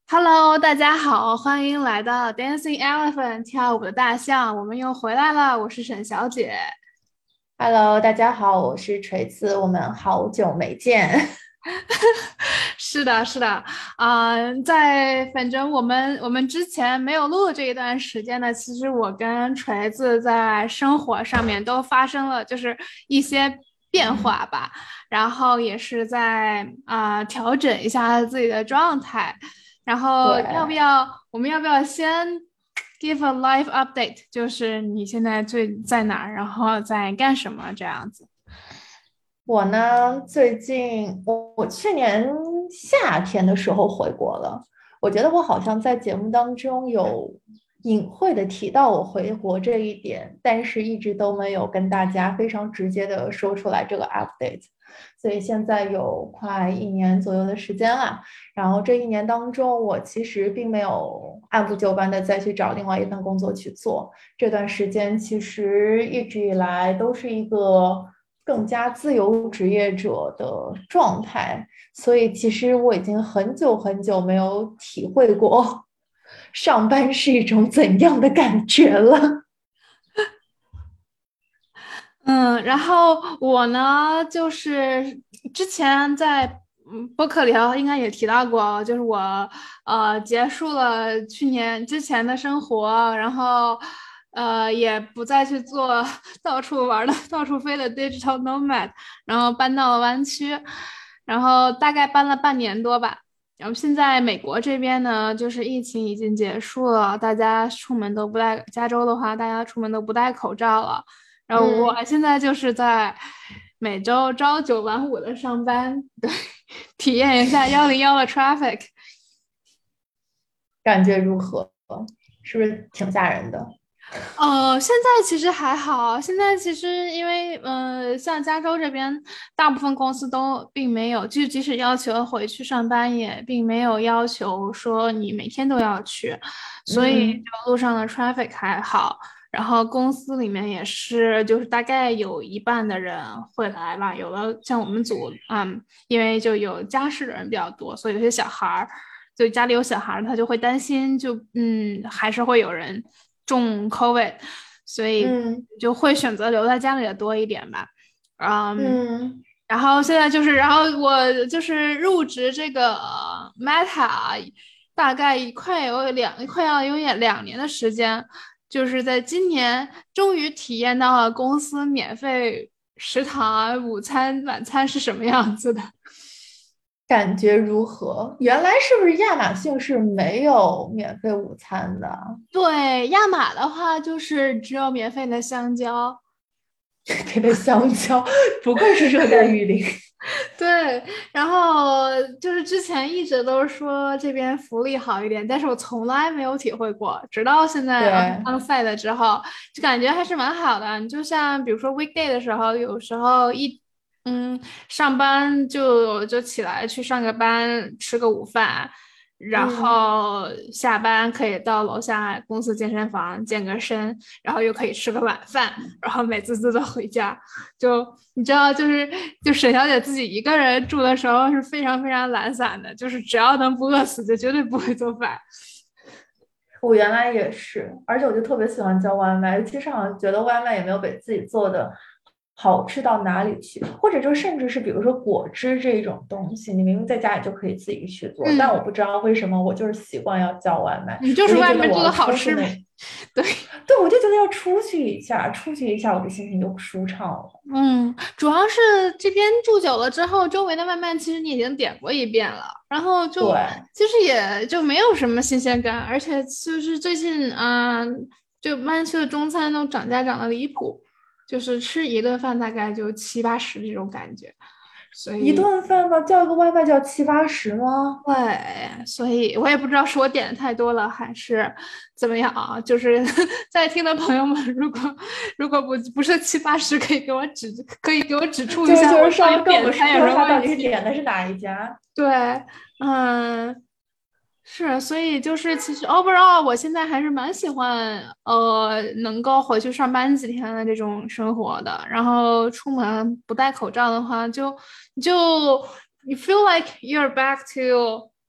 Hello，大家好，欢迎来到 Dancing Elephant 跳舞的大象，我们又回来了，我是沈小姐。 Hello，大家好，我是锤子，我们好久没见。 是的，是的，反正我们之前没有录这一段时间呢，其实我跟锤子在生活上面都发生了就是一些变化吧，然后也是在调整一下自己的状态，然后对， 我们要不要先 give a life update，就是你现在最在哪儿，然后在干什么这样子。 我呢，最近我去年夏天的时候回国了。我觉得我好像在节目当中有隐晦的提到我回国这一点，但是一直都没有跟大家非常直接的说出来这个 update。所以现在有快1年左右的时间了。然后这一年当中，我其实并没有按部就班的再去找另外一份工作去做。这段时间其实一直以来都是一个更加自由职业者的状态，所以其实我已经很久很久没有体会过上班是一种怎样的感觉了。 然后我呢，就是之前在播客里头应该也提到过，就是我结束了去年之前的生活，然后也不再去做到处玩的、到处飞的 digital nomad，然后搬到了湾区，然后大概搬了半年多吧。然后现在美国这边呢，就是疫情已经结束了，大家出门都不戴，加州的话，大家出门都不戴口罩了。然后我嗯， 现在就是在每周朝九晚五的上班，对，体验一下101的 traffic。 感觉如何？是不是挺吓人的？ 现在其实还好，现在其实因为像加州这边，大部分公司都并没有，就即使要求回去上班，也并没有要求说你每天都要去，所以嗯， 就路上的 traffic 还好。然后公司里面也是，就是大概有一半的人会来吧，有的像我们组，因为就有家室的人比较多，所以有些小孩儿，就家里有小孩儿，他就会担心，就还是会有人中 COVID，所以嗯， 就会选择留在家里的多一点吧。嗯， 嗯， 然后现在就是，然后我就是入职这个Meta，大概快要有2年的时间，就是在今年终于体验到了公司免费食堂啊，午餐、晚餐是什么样子的。 感觉如何？原来是不是亚马逊是没有免费午餐的？ 对，亚马的话就是只有免费的香蕉。 给的香蕉，不愧是热带雨林。 对，然后就是之前一直都是说这边福利好一点，但是我从来没有体会过，直到现在对， 当赛的之后，就感觉还是蛮好的。你就像比如说 weekday 的时候，有时候上班就起来去上个班，吃个午饭，然嗯， 后下班可以到楼下公司健身房健个身，然后又可以吃个晚饭，然后美滋滋的回家。就你知道，就沈小姐自己一个人住的时候是非常非常懒散的，就是只要能不饿死，就绝对不会做饭。 我原来也是，而且我就特别喜欢叫外卖，尤其是好像觉得外卖也没有比自己做的好吃到哪里去，或者就甚至是比如说果汁这种东西，你明明在家里就可以自己去做，但我嗯， 不知道为什么我就是习惯要叫外卖， 你就是我就外面做的觉得我要好吃呗。 出去那， 对， 对，我就觉得要出去一下，出去一下，我的心情就舒畅了。 主要是这边住久了之后，周围的外卖其实你已经点过一遍了，然后就对， 其实也就没有什么新鲜感，而且就是最近就湾区的中餐都涨价涨得离谱，就是吃一顿饭大概就七八十这种感觉，所一以顿饭吗？叫一个外卖就要70-80吗？ 对，所以我也不知道是我点的太多了，还是怎么样啊？就是在听的朋友们，如果不是七八十，可以给我指出一下我就是到底稍微跟我们点餐有什么说一下，到底是问题。 点的是哪一家？ 对，嗯，是，所以就是其实 overall，我现在还是蛮喜欢能够回去上班几天的这种生活的。然后出门不戴口罩的话，就你 feel like you're back to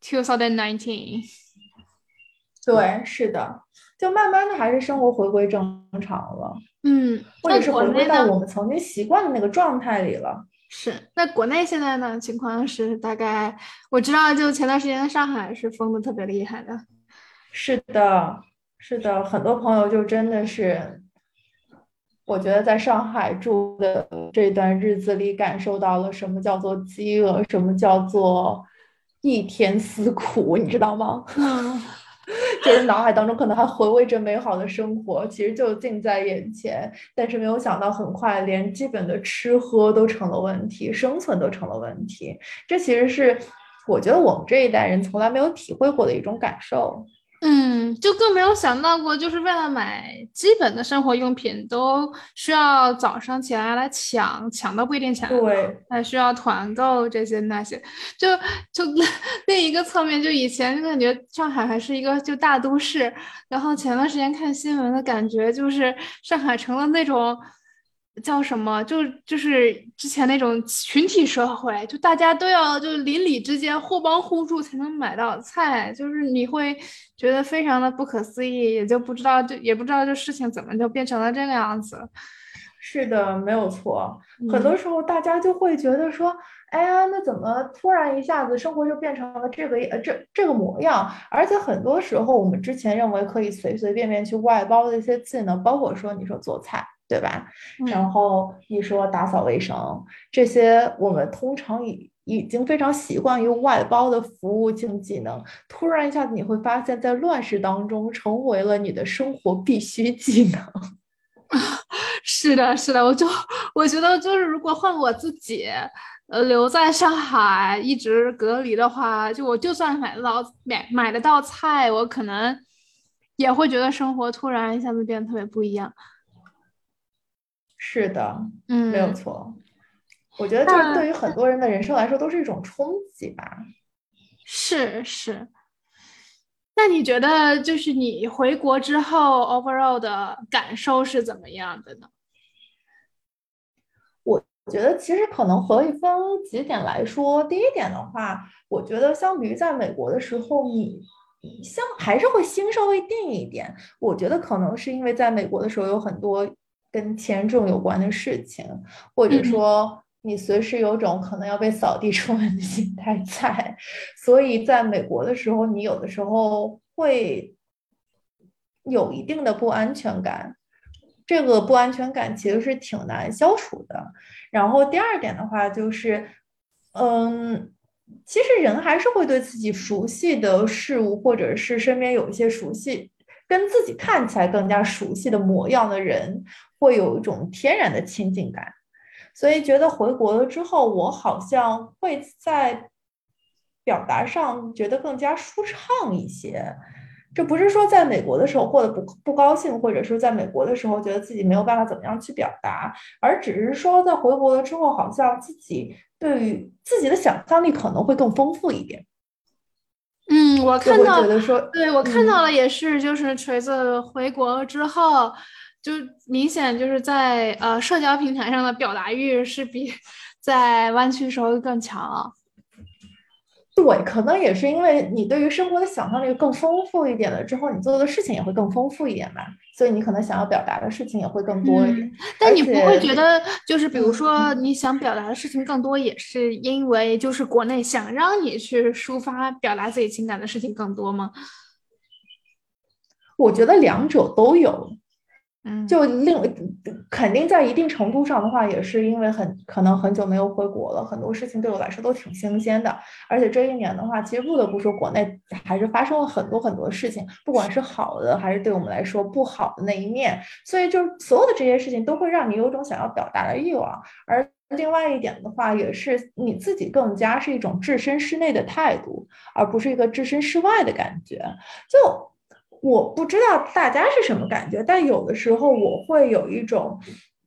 2019。 对，是的，就慢慢的还是生活回归正常了，或在者是回归国内呢？ 到我们曾经习惯的那个状态里了。 是，那国内现在呢情况是大概我知道，就前段时间上海是封的特别厉害的。 是的，是的，很多朋友就真的是，我觉得在上海住的这段日子里，感受到了什么叫做饥饿，什么叫做一天思苦，你知道吗？ 嗯， 就是脑海当中可能还回味着美好的生活，其实就近在眼前，但是没有想到很快连基本的吃喝都成了问题，生存都成了问题。这其实是我觉得我们这一代人从来没有体会过的一种感受。 就更没有想到过，就是为了买基本的生活用品，都需要早上起来抢，抢到不一定抢得到， 对， 还需要团购这些那些。就就另一个侧面，就以前感觉上海还是一个就大都市，然后前段时间看新闻的感觉，就是上海成了那种叫什么，就是之前那种群体社会，就大家都要就邻里之间互帮互助才能买到菜，就是你会觉得非常的不可思议，也不知道这事情怎么就变成了这个样子。 是的，没有错。很嗯多时候大家就会觉得说，哎呀，那怎么突然一下子生活就变成了这个模样？而且很多时候，我们之前认为可以随随便便去外包的一些技能，包括说你说做菜，对吧？然嗯。 后你说打扫卫生，这些我们通常已经非常习惯于外包的服务性技能，突然一下子你会发现，在乱世当中成为了你的生活必须技能。 是的，是的，我觉得就是如果换我自己，留在上海一直隔离的话，就算买得到菜，我可能也会觉得生活突然一下子变得特别不一样。 是的，没有嗯， 错。我觉得就是对那于很多人的人生来说都是一种冲击吧。 是是。那你觉得就是你回国之后，overall 的感受是怎么样的呢？ 我觉得其实可能可以分几点来说。第一点的话，我觉得相比于在美国的时候，你还是会心稍微定一点。我觉得可能是因为在美国的时候有很多跟签证有关的事情，或者嗯说你随时有种可能要被扫地出门的心态在，所以在美国的时候，你有的时候会有一定的不安全感。这个不安全感其实是挺难消除的。然后第二点的话就是，嗯，其实人还是会对自己熟悉的事物，或者是身边有一些熟悉，跟自己看起来更加熟悉的模样的人，会有一种天然的亲近感。所以觉得回国了之后，我好像会在表达上觉得更加舒畅一些。这不是说在美国的时候过得不高兴，或者说在美国的时候觉得自己没有办法怎么样去表达，而只是说在回国了之后，好像自己对于自己的想象力可能会更丰富一点， 嗯， 就会觉得说， 对，我看到了，也是，就是锤子回国之后，就明显就是在社交平台上的表达欲是比在湾区时候更强。 对，可能也是因为你对于生活的想象力更丰富一点了之后，你做的事情也会更丰富一点嘛，所以你可能想要表达的事情也会更多一点，而但你不会觉且， 得，就是比如说嗯。 你想表达的事情更多，也是因为就是国内想让你去抒发、表达自己情感的事情更多吗？ 我觉得两者都有， 嗯。 就肯定在一定程度上的话，也是因为可能很久没有回国了，很多事情对我来说都挺新鲜的。而且这一年的话，其实不得不说，国内还是发生了很多很多事情，不管是好的还是对我们来说不好的那一面。所以就是所有的这些事情都会让你有种想要表达的欲望。而另外一点的话，也是你自己更加是一种置身事内的态度，而不是一个置身事外的感觉。就我不知道大家是什么感觉，但有的时候我会有一种，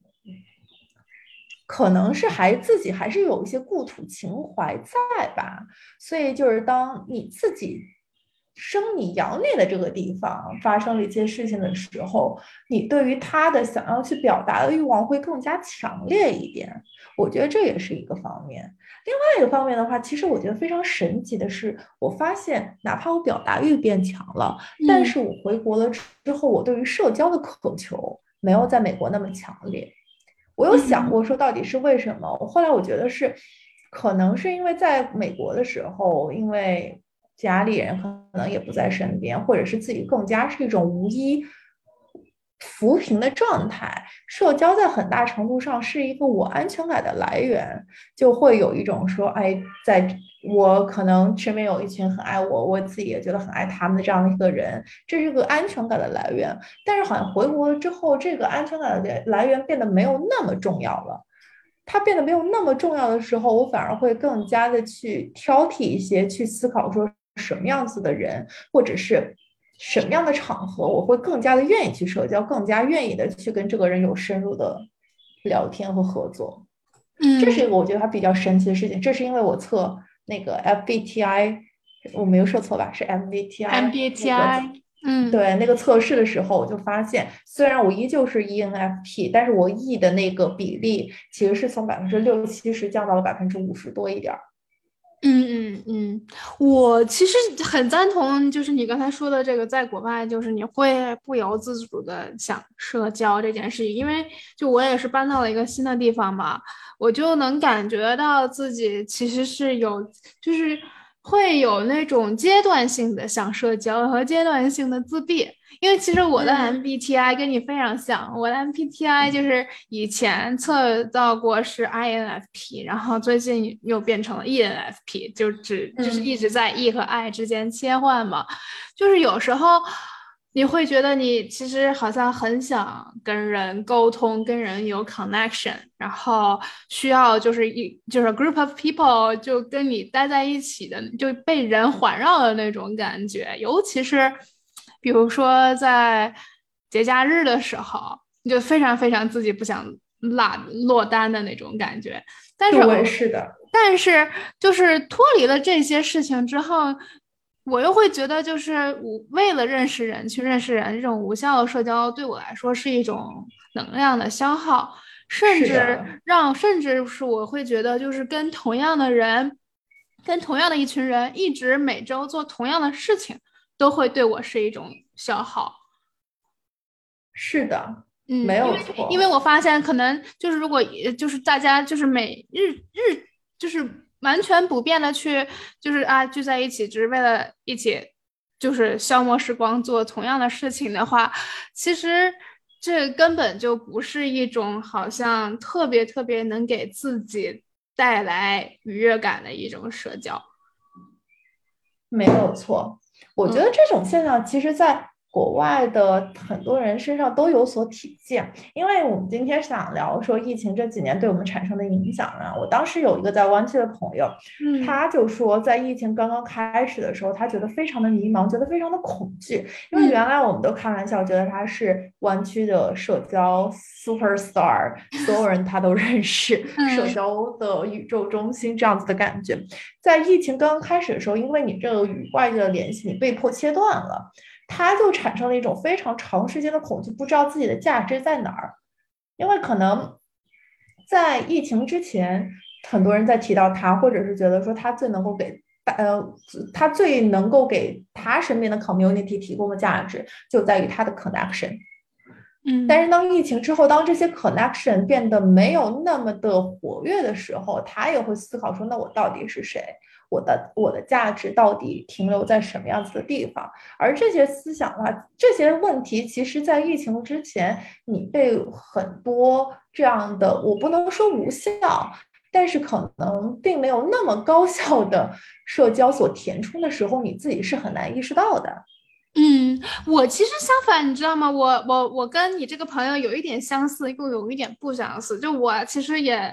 可能是自己还是有一些故土情怀在吧。所以就是当你自己生你养你的这个地方发生了一些事情的时候，你对于他的想要去表达的欲望会更加强烈一点。我觉得这也是一个方面。另外一个方面的话，其实我觉得非常神奇的是，我发现哪怕我表达欲变强了，但嗯是我回国了之后，我对于社交的渴求没有在美国那么强烈。我有想嗯过说到底是为什么，后来我觉得是，可能是因为在美国的时候，因为家里人可能也不在身边，或者是自己更加是一种无依扶贫的状态，社交在很大程度上是一个我安全感的来源，就会有一种说，哎，在我可能身边有一群很爱我，我自己也觉得很爱他们的这样的一个人，这是个安全感的来源。但是好像回国了之后，这个安全感的来源变得没有那么重要了。它变得没有那么重要的时候，我反而会更加的去挑剔一些，去思考说什么样子的人，或者是什么样的场合，我会更加的愿意去社交，更加愿意的去跟这个人有深入的聊天和合作。这是一嗯个我觉得它比较神奇的事情。这是因为我测那个 FBTI，我没有说错吧？是 MBTI 那个。 ，MBTI， 对，那个测试的时候，我就发现，虽然我依旧是 ENFP，但是我 E 的那个比例其实是从60%-70%降到了50%多一点儿。 我其实很赞同，就是你刚才说的这个，在国外就是你会不由自主的想社交这件事情，因为就我也是搬到了一个新的地方嘛，我就能感觉到自己其实是有，就是会有那种阶段性的想社交和阶段性的自闭。因为其实我的嗯 MBTI 跟你非常像，我的 MBTI 就是以前测到过是 INFP，然后最近又变成了 ENFP，就是一嗯， 直在 E 和 I 之间切换嘛。就是有时候你会觉得你其实好像很想跟人沟通，跟人有 connection，然后需要就是 group of people 就跟你待在一起的，就被人环绕的那种感觉，尤其是。比如说在节假日的时候，你就非常非常自己不想落单的那种感觉。但是， 对，是的。 但是就是脱离了这些事情之后，我又会觉得，就是我为了认识人去认识人，这种无效的社交对我来说是一种能量的消耗， 是的。 甚至是我会觉得，就是跟同样的人，跟同样的一群人，一直每周做同样的事情。都会对我是一种消耗。 是的， 嗯， 没有因为错。 我发现可能就是如果就是大家就是就是完全不变的去就是聚在一起，只是为了一起就是消磨时光做同样的事情的话，其实这根本就不是一种好像特别特别能给自己带来愉悦感的一种社交。 没有错。我觉嗯得这种现象其实在国外的很多人身上都有所体现。因为我们今天想聊说疫情这几年对我们产生的影响啊，我当时有一个在湾区的朋友， 嗯他就说在疫情刚刚开始的时候，他觉得非常的迷茫，觉得非常的恐惧。因为嗯原来我们都开玩笑，觉得他是湾区的社交 superstar，所有人他都认识，社嗯交的宇宙中心这样子的感觉。在疫情刚刚开始的时候，因为你这个与外界的联系你被迫切断了，他就产生了一种非常长时间的恐惧，不知道自己的价值在哪儿。因为可能在疫情之前，很多人在提到他，或者是觉得说他最能够给他最能够给他身边的 community 提供的价值，就在于他的 connection。但嗯是当疫情之后，当这些 connection 变得没有那么的活跃的时候，他也会思考说，那我到底是谁？我的价值到底停留在什么样子的地方？而这些思想的话，这些问题，其实在疫情之前，你被很多这样的，我不能说无效，但是可能并没有那么高效的社交所填充的时候，你自己是很难意识到的。 我其实相反，你知道吗？我跟你这个朋友有一点相似，又有一点不相似。就我其实也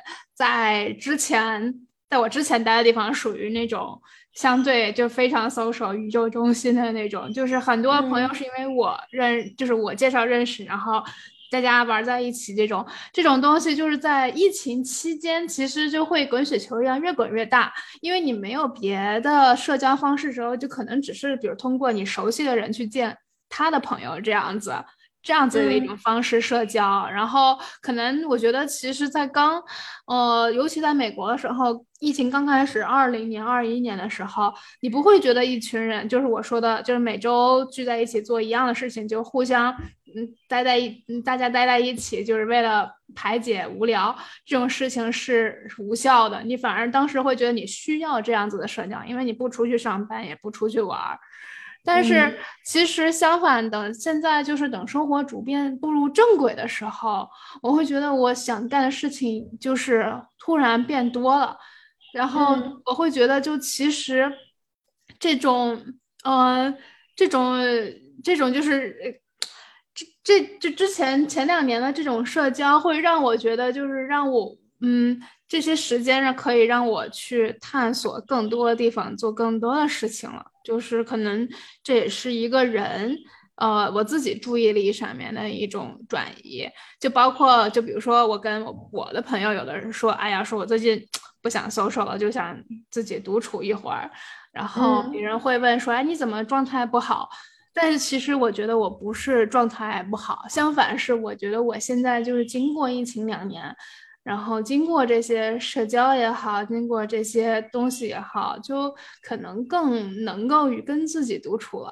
在我之前待的地方，属于那种相对就非常 social 宇宙中心的那种，就是很多朋友嗯是因为就是我介绍认识，然后大家玩在一起这种东西，就是在疫情期间，其实就会滚雪球一样越滚越大，因为你没有别的社交方式的时候，就可能只是比如通过你熟悉的人去见他的朋友这样子的一种方式社交，然后可能我觉得其实，尤其在美国的时候，疫情刚开始20年、21年的时候，你不会觉得一群人就是我说的，就是每周聚在一起做一样的事情，就互相大家待在一起，就是为了排解无聊这种事情是无效的。你反而当时会觉得你需要这样子的社交，因为你不出去上班，也不出去玩。但是其实相反，现在就是等生活逐渐步入正轨的时候，我会觉得我想干的事情就是突然变多了，然后我会觉得就其实这种呃这种这种就是这之前2年的这种社交会让我觉得就是让我这些时间上可以让我去探索更多的地方，做更多的事情了。就是可能这也是一个人，我自己注意力上面的一种转移。就包括，就比如说我跟我的朋友，有的人说，哎呀，说我最近不想 social 了，就想自己独处一会儿。然后别人会问说，哎，你怎么状态不好？但是其实我觉得我不是状态不好，相反是我觉得我现在就是经过疫情2年。然后经过这些社交也好，经过这些东西也好，就可能更能够跟自己独处了。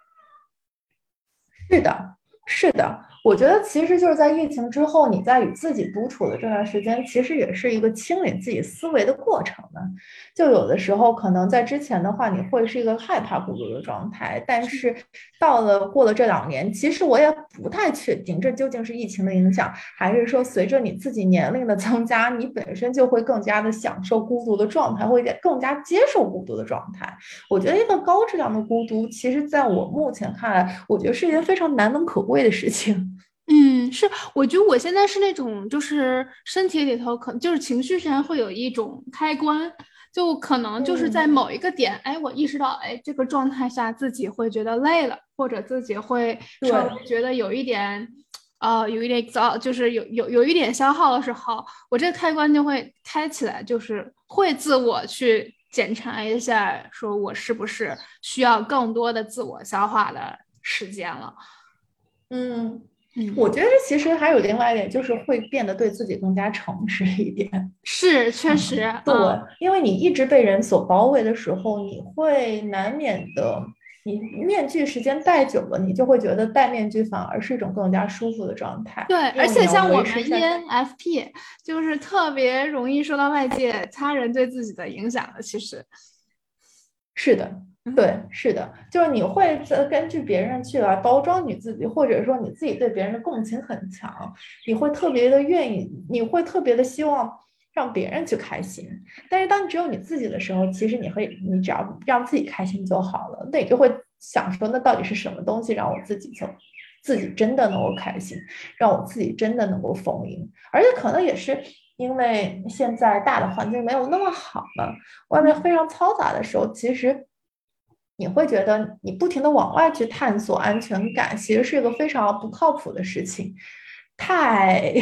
是的，是的，我觉得其实就是在疫情之后，你在与自己独处的这段时间，其实也是一个清理自己思维的过程呢。就有的时候可能在之前的话，你会是一个害怕孤独的状态，但是过了这2年，其实我也不太确定这究竟是疫情的影响，还是说随着你自己年龄的增加，你本身就会更加的享受孤独的状态，会更加接受孤独的状态。我觉得一个高质量的孤独，其实在我目前看来，我觉得是一件非常难能可贵的事情。 是，我觉得我现在是那种，就是身体里头就是情绪上会有一种开关，就可能就是在某一个点，哎，我意识到，哎，这个状态下自己会觉得累了，或者自己会稍对， 微觉得有一点糟，就是有一点消耗的时候，我这个开关就会开起来，就是会自我去检查一下，说我是不是需要更多的自我消化的时间了。 嗯，我嗯， 觉得其实还有另外一点，就是会变得对自己更加诚实一点。 是，确实， 对，因为你一直被人所包围的时候，你会难免的，你面具时间戴久了，你就会觉得戴面具反而是一种更加舒服的状态， 对，而因为你要且像我们维持在 ENFP，就是特别容易受到外界他人对自己的影响的。其实， 是的，对，是的，就是你会根据别人去来包装你自己，或者说你自己对别人的共情很强，你会特别的愿意，你会特别的希望让别人去开心。但是当只有你自己的时候，其实你只要让自己开心就好了。那你就会想说，那到底是什么东西让我自己真的能够开心，让我自己真的能够丰盈？而且可能也是因为现在大的环境没有那么好了。外面非常嘈杂的时候，其实你会觉得你不停的往外去探索安全感，其实是一个非常不靠谱的事情，太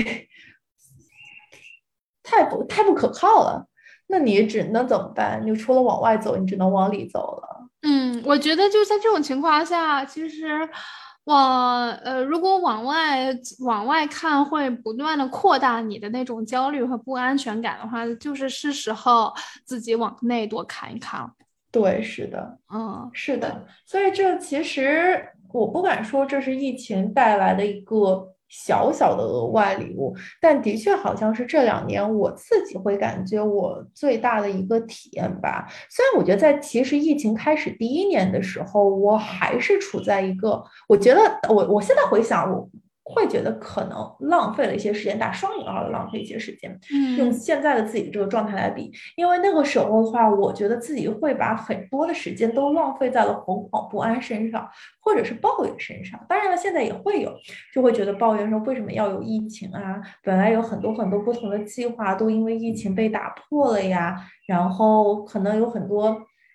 太不可靠了。那你只能怎么办？你除了往外走，你只能往里走了。 我觉得就在这种情况下，其实如果往外看，会不断的扩大你的那种焦虑和不安全感的话，是时候自己往内多看一看。 对，是的， 嗯， 是的，所以这其实我不敢说这是疫情带来的一个小小的额外礼物，但的确好像是这2年我自己会感觉我最大的一个体验吧。虽然我觉得在其实疫情开始第1年的时候，我还是处在一个，我觉得我现在回想我。会觉得可能浪费了一些时间，打双引号的浪费一些时间，用嗯。 现在的自己这个状态来比，因为那个时候的话，我觉得自己会把很多的时间都浪费在了惶惶不安身上，或者是抱怨身上。当然了，现在也会有，就会觉得抱怨说为什么要有疫情啊？本来有很多很多不同的计划都因为疫情被打破了呀，然后可能有很多。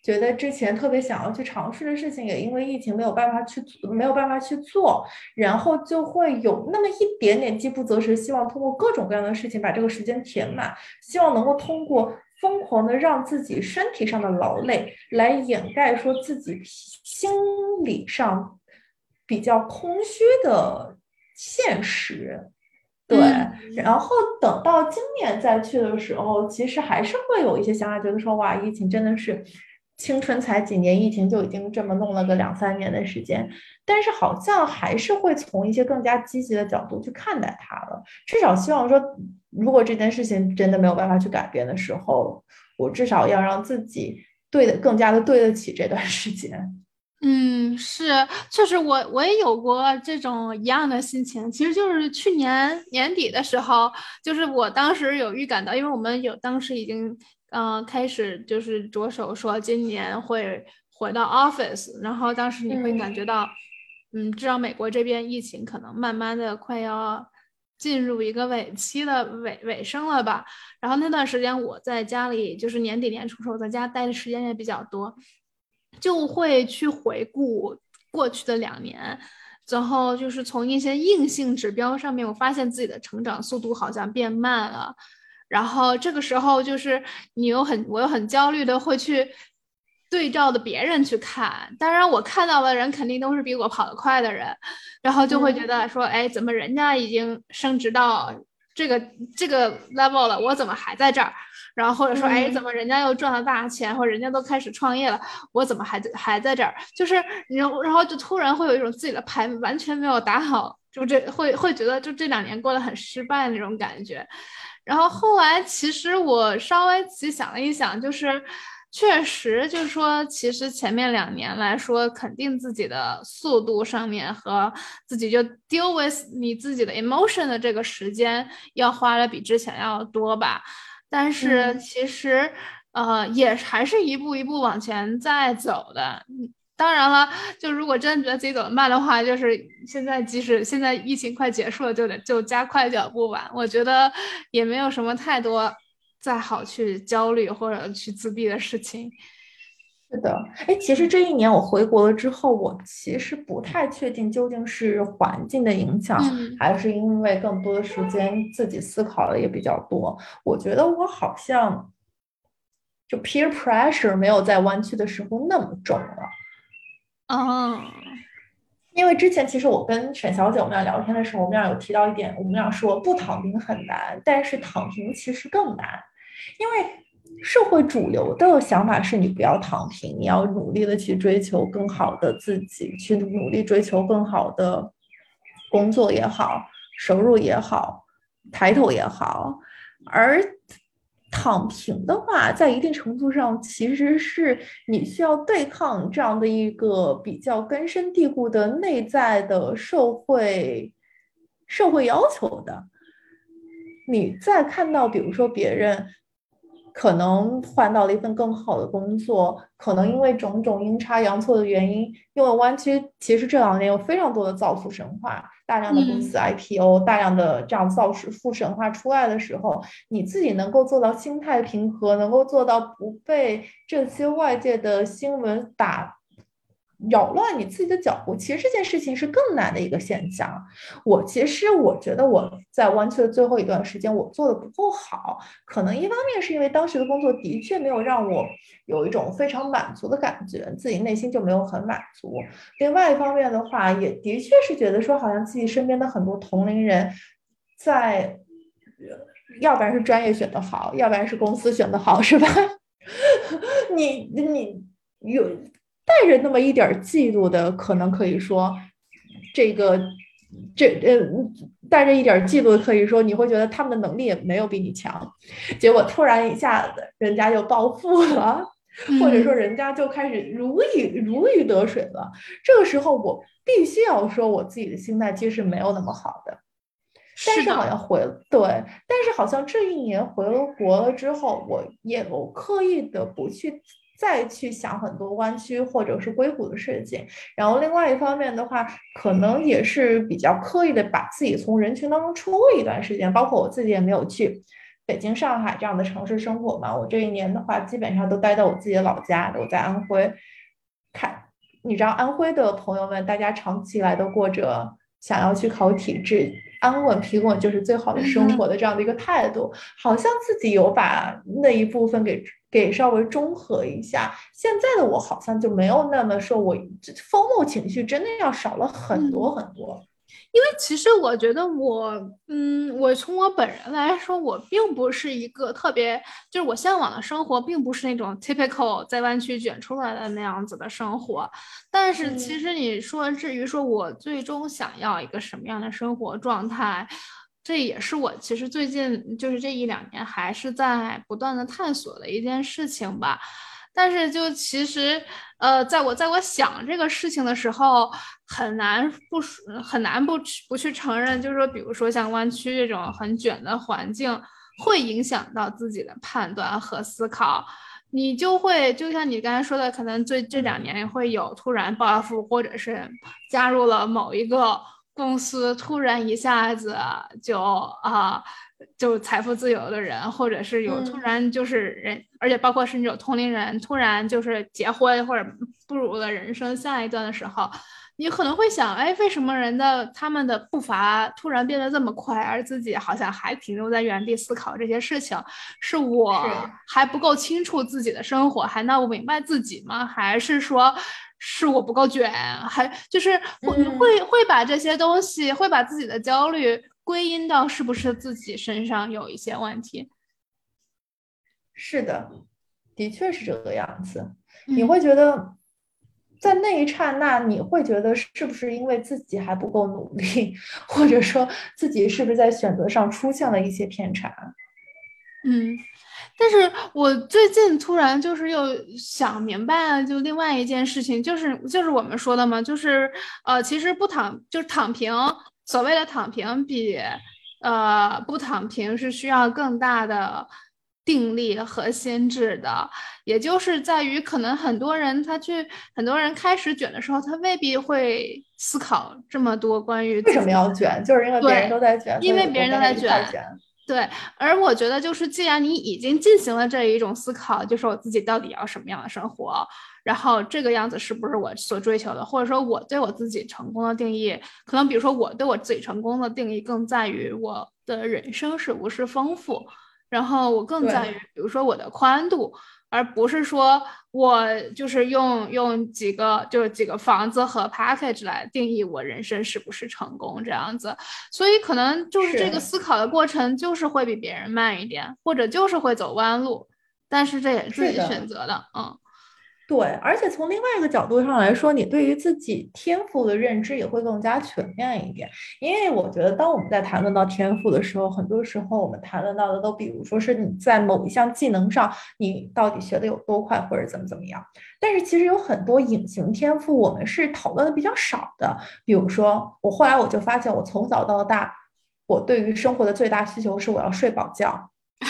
觉得之前特别想要去尝试的事情，也因为疫情没有办法去做，然后就会有那么一点点饥不择食，希望通过各种各样的事情把这个时间填满，希望能够通过疯狂的让自己身体上的劳累来掩盖说自己心理上比较空虚的现实。对，然后等到今年再去的时候，其实还是会有一些想法，觉得说哇，疫情真的是青春才几年，疫情就已经这么弄了个2、3年的时间，但是好像还是会从一些更加积极的角度去看待它了。至少希望说，如果这件事情真的没有办法去改变的时候，我至少要让自己更加的对得起这段时间。 是，确实我也有过这种一样的心情。其实就是去年年底的时候，就是我当时有预感到，因为我们当时已经开始就是着手说今年会回到 office，然后当时你会感觉到，至少美国这边疫情可能慢慢的快要进入一个尾期的尾声了吧。然后那段时间我在家里，就是年底年初时候在家待的时间也比较多。就会去回顾过去的2年，然后就是从一些硬性指标上面，我发现自己的成长速度好像变慢了。然后这个时候就是我又很焦虑的会去对照的别人去看，当然我看到的人肯定都是比我跑得快的人，然后就会觉得说，哎，怎么人家已经升职到这个这个 level 了，我怎么还在这儿？然后或者说，哎，怎么人家又赚了大钱，或者人家都开始创业了，我怎么还在这儿？就是然后就突然会有一种自己的牌完全没有打好，就会觉得就这2年过得很失败那种感觉。然后后来其实我稍微仔细想了一想，就是确实就是说，其实前面2年来说，肯定自己的速度上面和自己就 deal with 你自己的 emotion 的这个时间要花的比之前要多吧。但是其实也还是一步一步往前在走的。当然了，就如果真的觉得自己走得慢的话，就是即使现在疫情快结束了，就加快脚步吧。我觉得也没有什么太多再好去焦虑或者去自闭的事情。 是的，哎，其实这一年我回国了之后，我其实不太确定究竟是环境的影响， 嗯还是因为更多的时间自己思考的也比较多。我觉得我好像就 peer pressure 没有在湾区的时候那么重了。 嗯因为之前其实我跟沈小姐我们俩聊天的时候，我们俩有提到一点，我们俩说不躺平很难，但是躺平其实更难，因为社会主流的想法是你不要躺平，你要努力的去追求更好的自己，去努力追求更好的工作也好，收入也好，抬头也好，而躺平的话，在一定程度上其实是你需要对抗这样的一个比较根深蒂固的内在的社会要求的。你再看到，比如说别人可能换到了一份更好的工作，可能因为种种阴差阳错的原因，因为湾区其实这2年有非常多的造富神话，大量的公司嗯 IPO，大量的这样造富神话出来的时候，你自己能够做到心态平和，能够做到不被这些外界的新闻扰乱你自己的脚步，其实这件事情是更难的一个现象。其实我觉得我在湾区的最后一段时间，我做的不够好，可能一方面是因为当时的工作的确没有让我有一种非常满足的感觉，自己内心就没有很满足。另外一方面的话，也的确是觉得说，好像自己身边的很多同龄人在，要不然是专业选得好，要不然是公司选得好，是吧？你有带着那么一点嫉妒的，可能可以说，这个这带着一点嫉妒，可以说你会觉得他们的能力也没有比你强，结果突然一下子人家就暴富了，或者说嗯， 人家就开始如鱼得水了。这个时候我必须要说，我自己的心态其实没有那么好的。但是好是的。 像对，但是好像这一年回了国了之后，我也有刻意的不去再去想很多湾区或者是硅谷的事情。然后另外一方面的话，可能也是比较刻意的把自己从人群当中抽了一段时间，包括我自己也没有去北京、上海这样的城市生活嘛，我这一年的话，基本上都待到我自己的老家，我在安徽。看，你知道安徽的朋友们，大家长期以来都过着想要去考体制、安稳平稳就是最好的生活的这样的一个态度，好像自己有把那一部分给稍微中和一下。现在的我好像就没有那么说，我风貌情绪真的要少了很多很多。 因为其实我觉得我从我本人来说，我并不是一个特别，就是我向往的生活，并不是那种 typical 在湾区卷出来的那样子的生活。但是其实你说至于说我最终想要一个什么样的生活状态，这也是我其实最近就是这一两年还是在不断的探索的一件事情吧。但是就其实，在我想这个事情的时候，很难不去承认，就是说，比如说像湾区这种很卷的环境，会影响到自己的判断和思考。你就会就像你刚才说的，可能这两年会有突然暴富，或者是加入了某一个公司，突然一下子就财富自由的人，或者是有突然就是人，而且包括甚至有同龄人突然就是结婚或者步入了人生下一段的时候，你可能会想，哎，为什么他们的步伐突然变得这么快，而自己好像还停留在原地思考这些事情？是我还不够清楚自己的生活，还闹不明白自己吗？还是说是我不够卷？还就是会把这些东西，会把自己的焦虑归因到是不是自己身上有一些问题？ 是的，的确是这个样子。你会觉得，在那一刹那，你会觉得是不是因为自己还不够努力，或者说自己是不是在选择上出现了一些偏差？ 但是我最近突然就是又想明白了，就另外一件事情，就是我们说的嘛，就是其实不躺就是躺平，所谓的躺平比不躺平是需要更大的定力和心智的，也就是在于可能很多人开始卷的时候，他未必会思考这么多关于为什么自己的。 要卷？就是因为别人对， 都在卷，所以因为别人都我跟着在卷。 一块儿卷。 对，而我觉得就是，既然你已经进行了这一种思考，就是我自己到底要什么样的生活，然后这个样子是不是我所追求的，或者说我对我自己成功的定义，可能比如说我对我自己成功的定义更在于我的人生是不是丰富，然后我更在于比如说我的宽度，而不是说我就是用几个房子和 package 来定义我人生是不是成功这样子，所以可能就是这个思考的过程就是会比别人慢一点，或者就是会走弯路，但是这也是自己选择的， 对，而且从另外一个角度上来说，你对于自己天赋的认知也会更加全面一点。因为我觉得，当我们在谈论到天赋的时候，很多时候我们谈论到的都比如说是你在某一项技能上，你到底学的有多快，或者怎么样。但是其实有很多隐形天赋，我们是讨论的比较少的。比如说，后来我就发现，我从小到大，我对于生活的最大需求是我要睡饱觉。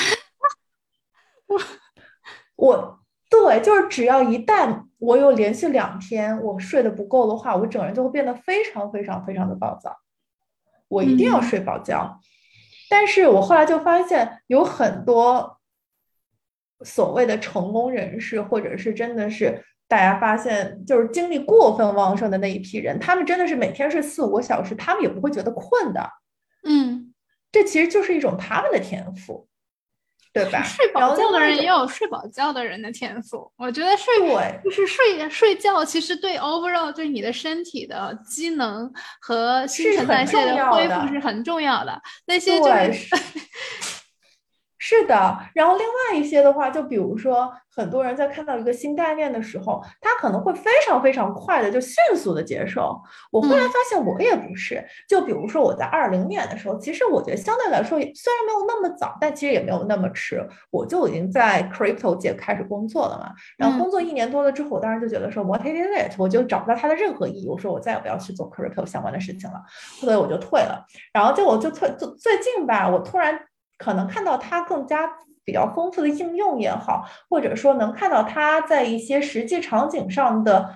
我对，就是只要一旦我有连续2天我睡得不够的话，我整人就会变得非常非常非常的暴躁。我一定要睡饱觉。但是我后来就发现，有很多所谓的成功人士，或者是真的是大家发现就是精力过分旺盛的那一批人，他们真的是每天睡4、5个小时，他们也不会觉得困的。这其实就是一种他们的天赋。对吧？ 睡饱觉的人也有睡饱觉的人的天赋，我觉得就是睡觉，其实对 overall 对你的身体的机能和新陈代谢的恢复是很重要的。那些就是是的，然后另外一些的话，就比如说很多人在看到一个新概念的时候，他可能会非常非常快的就迅速的接受。我后来发现我也不是，就比如说我在2020年的时候，其实我觉得相对来说虽然没有那么早，但其实也没有那么迟，我就已经在 crypto 界开始工作了嘛。然后工作1年多了之后，我当时就觉得说 what is it， 我就找不到它的任何意义，我说我再也不要去做 crypto 相关的事情了，所以我就退了。然后结果就最近吧，我突然可能看到它更加比较丰富的应用也好，或者说能看到它在一些实际场景上的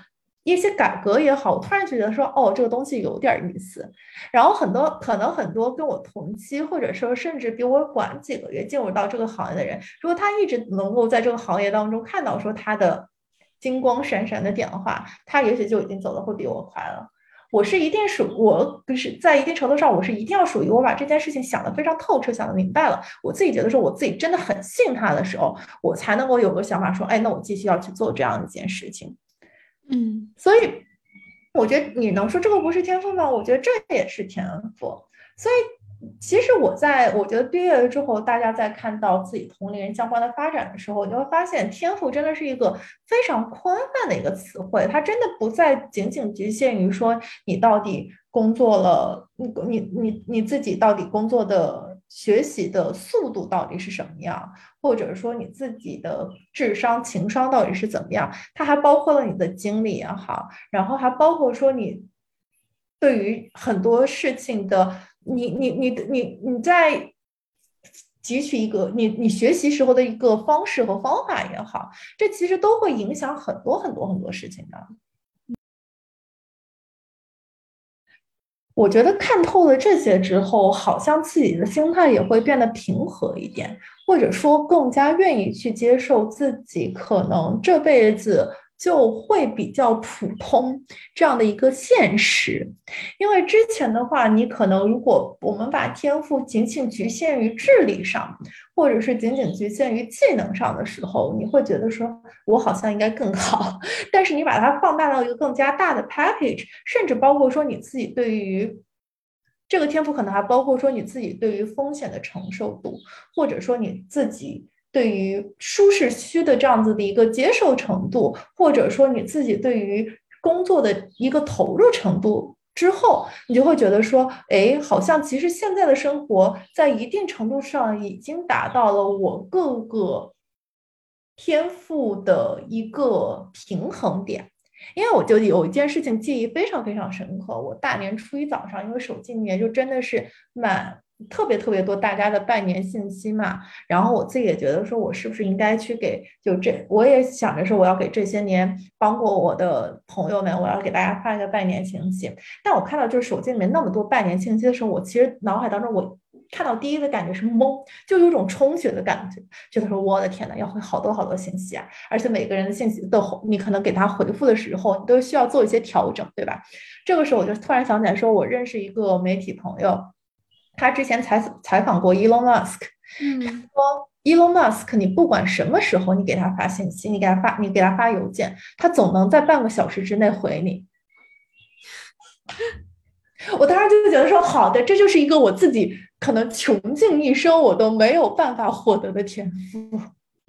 一些改革也好，我突然觉得说，哦，这个东西有点意思。然后可能很多跟我同期，或者说甚至比我晚几个月进入到这个行业的人，如果他一直能够在这个行业当中看到说他的金光闪闪的点的话，他也许就已经走的会比我快了。我不是在一定程度上，我是一定要属于我把这件事情想得非常透彻，想得明白了，我自己觉得说我自己真的很信他的时候，我才能够有个想法说，哎，那我继续要去做这样一件事情。所以我觉得你能说这个不是天赋吗？我觉得这也是天赋。所以其实我觉得毕业了之后，大家在看到自己同龄人相关的发展的时候，你会发现天赋真的是一个非常宽泛的一个词汇，它真的不再仅仅局限于说你到底工作了，你自己到底工作的学习的速度到底是什么样，或者说你自己的智商、情商到底是怎么样，它还包括了你的经历也好，然后还包括说你对于很多事情的，你在汲取一个你学习时候的一个方式和方法也好，这其实都会影响很多很多很多事情的。我觉得看透了这些之后，好像自己的心态也会变得平和一点，或者说更加愿意去接受自己可能这辈子就会比较普通这样的一个现实。因为之前的话，你可能如果我们把天赋仅仅局限于智力上，或者是仅仅局限于技能上的时候，你会觉得说我好像应该更好。但是你把它放大到一个更加大的 package，甚至包括说你自己对于这个天赋，可能还包括说你自己对于风险的承受度，或者说你自己对于舒适区的这样子的一个接受程度，或者说你自己对于工作的一个投入程度。之后，你就会觉得说，哎，好像其实现在的生活在一定程度上已经达到了我各个天赋的一个平衡点。因为我就有一件事情记忆非常非常深刻，我大年初一早上，因为手机里面就真的是特别特别多大家的拜年信息嘛，然后我自己也觉得说，我是不是应该去给我也想着说我要给这些年帮过我的朋友们，我要给大家发一个拜年信息。但我看到就是手机里面那么多拜年信息的时候，我其实脑海当中我看到第一个感觉是懵，就有种充血的感觉，觉得说我的天呐，要回好多好多信息啊，而且每个人的信息都你可能给他回复的时候，你都需要做一些调整，对吧？这个时候我就突然想起来，说我认识一个媒体朋友，他之前采访过 Elon Musk，说 Elon Musk，你不管什么时候你给他发信息，你给他发邮件，他总能在半个小时之内回你。我当时就觉得说，好的，这就是一个我自己可能穷尽一生我都没有办法获得的天赋。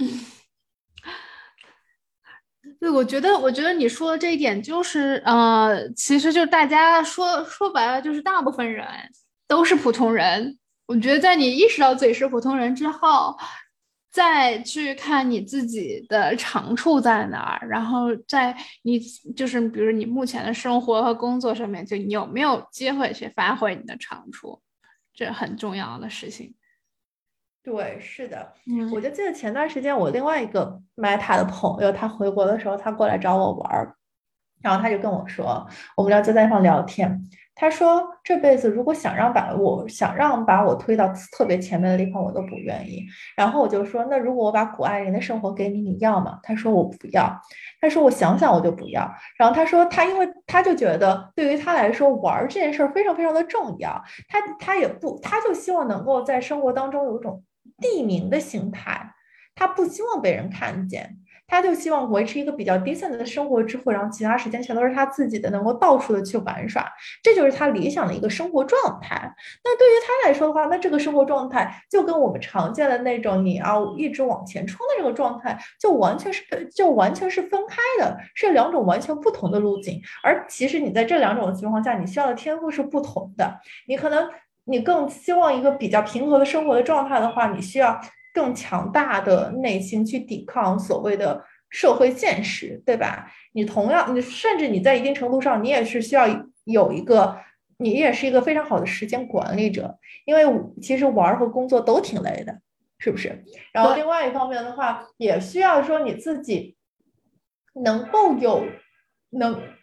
对，我觉得你说的这一点就是，其实就是大家说白了，就是大部分人都是普通人。我觉得在你意识到自己是普通人之后，再去看你自己的长处在哪儿，然后在你就是比如你目前的生活和工作上面，就你有没有机会去发挥你的长处，这很重要的事情。 对，是的，我嗯就记得前段时间我另外一个 Meta 的朋友，他回国的时候，他过来找我玩儿，然后他就跟我说，我们就在那方聊天。他说这辈子如果想让把我推到特别前面的地方，我都不愿意。然后我就说，那如果我把谷爱凌的生活给你，你要吗？他说我不要。他说我想想我就不要。然后他说因为他就觉得对于他来说玩这件事儿非常非常的重要，他也不他就希望能够在生活当中有一种地名的心态，他不希望被人看见。他就希望维持一个比较 decent 的生活之后，然后其他时间全都是他自己的，能够到处的去玩耍，这就是他理想的一个生活状态。那对于他来说的话，那这个生活状态就跟我们常见的那种你要一直往前冲的这个状态，就完全是分开的，是两种完全不同的路径。而其实你在这两种情况下，你需要的天赋是不同的。你可能你更希望一个比较平和的生活的状态的话，你需要更强大的内心去抵抗所谓的社会现实，对吧？你同样，你甚至你在一定程度上，你也是需要有一个，你也是一个非常好的时间管理者，因为其实玩和工作都挺累的，是不是？然后对， 另外一方面的话，也需要说你自己能够有能。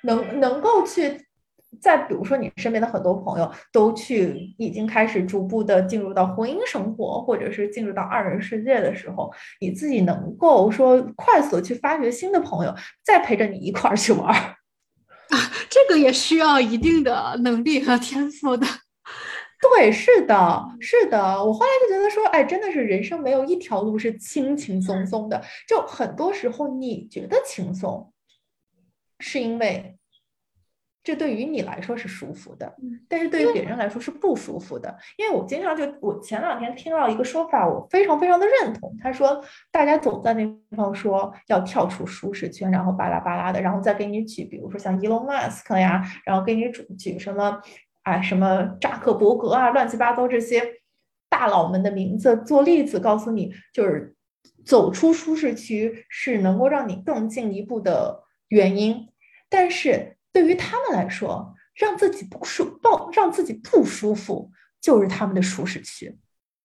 能够去，再比如说你身边的很多朋友都已经开始逐步的进入到婚姻生活，或者是进入到二人世界的时候，你自己能够说快速的去发掘新的朋友，再陪着你一块儿去玩。 这个也需要一定的能力和天赋的。 对，是的，是的。我后来就觉得说，哎，真的是人生没有一条路是轻轻松松的，就很多时候你觉得轻松，是因为这对于你来说是舒服的，但是对于别人来说是不舒服的。因为我前两天听到一个说法，我非常非常的认同。他说，大家总在那地方说要跳出舒适圈，然后巴拉巴拉的，然后再给你举，比如说像 Elon Musk 呀，然后给你举什么，哎，什么扎克伯格啊，乱七八糟这些大佬们的名字做例子，告诉你就是走出舒适区是能够让你更进一步的原因。但是对于他们来说，让自己不舒服，就是他们的舒适区。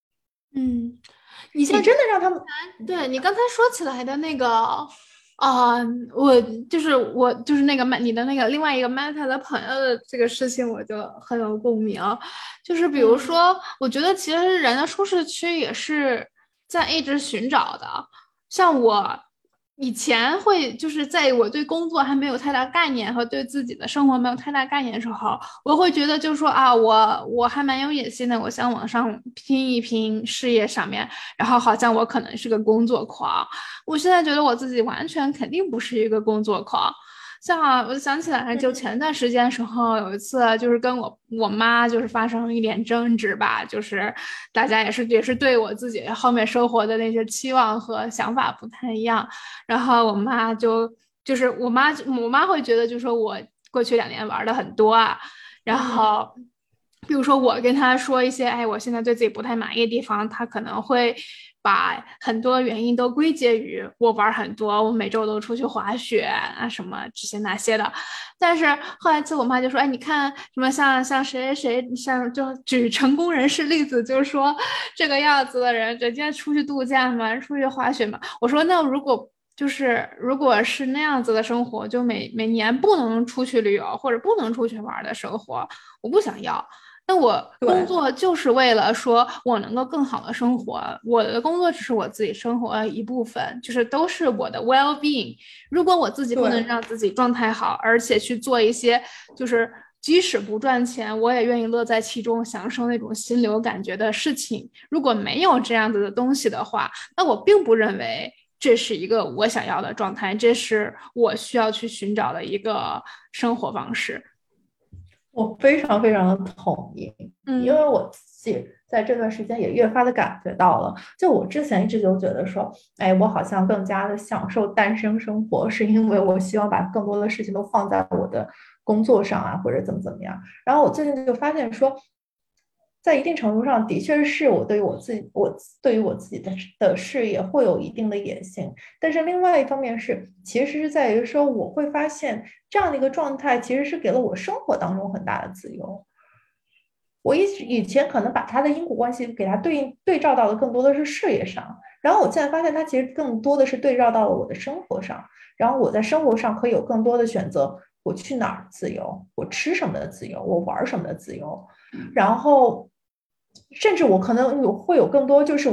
你像你真的让他们， 对你刚才说起来的那个，啊、我就是那个你的那个另外一个 Meta 的朋友的这个事情，我就很有共鸣。就是比如说，我觉得其实人的舒适区也是在一直寻找的。像我以前会就是在我对工作还没有太大概念和对自己的生活没有太大概念的时候，我会觉得就是说啊，我还蛮有野心的，我想往上拼一拼事业上面。然后好像我可能是个工作狂，我现在觉得我自己完全肯定不是一个工作狂。像啊，我就想起来，就前段时间的时候，有一次就是跟我妈就是发生了一点争执吧，就是大家也是对我自己后面生活的那些期望和想法不太一样，然后我妈就是我妈会觉得就说我过去2年玩的很多啊，然后比如说我跟他说一些，哎，我现在对自己不太满意的地方，他可能会把很多原因都归结于我玩很多，我每周都出去滑雪啊，什么这些那些的。但是后来我妈就说，哎，你看什么像谁谁谁，像就举成功人士例子，就是说这个样子的人，人家出去度假嘛，出去滑雪嘛。我说那如果是那样子的生活，就每年不能出去旅游或者不能出去玩的生活，我不想要。那我工对作就是为了说我能够更好的生活，我的工作只是我自己生活的一部分，就是都是我的 well being。如果我自己不能对， 让自己状态好，而且去做一些就是即使不赚钱，我也愿意乐在其中，享受那种心流感觉的事情，如果没有这样子的东西的话，那我并不认为这是一个我想要的状态，这是我需要去寻找的一个生活方式。 我非常非常的同意，因为嗯我自己在这段时间也越发的感觉到了，就我之前一直就觉得说，哎，我好像更加的享受单身生活，是因为我希望把更多的事情都放在我的工作上啊，或者怎么样。然后我最近就发现说，在一定程度上，的确是我对于我自己的事业会有一定的野心，但是另外一方面是，其实是在于说，我会发现这样的一个状态，其实是给了我生活当中很大的自由。我以前可能把它的因果关系给它对照到的更多的是事业上，然后我现在发现它其实更多的是对照到了我的生活上，然后我在生活上可以有更多的选择，我去哪儿自由，我吃什么的自由，我玩什么的自由，然后甚至我可能会有更多就是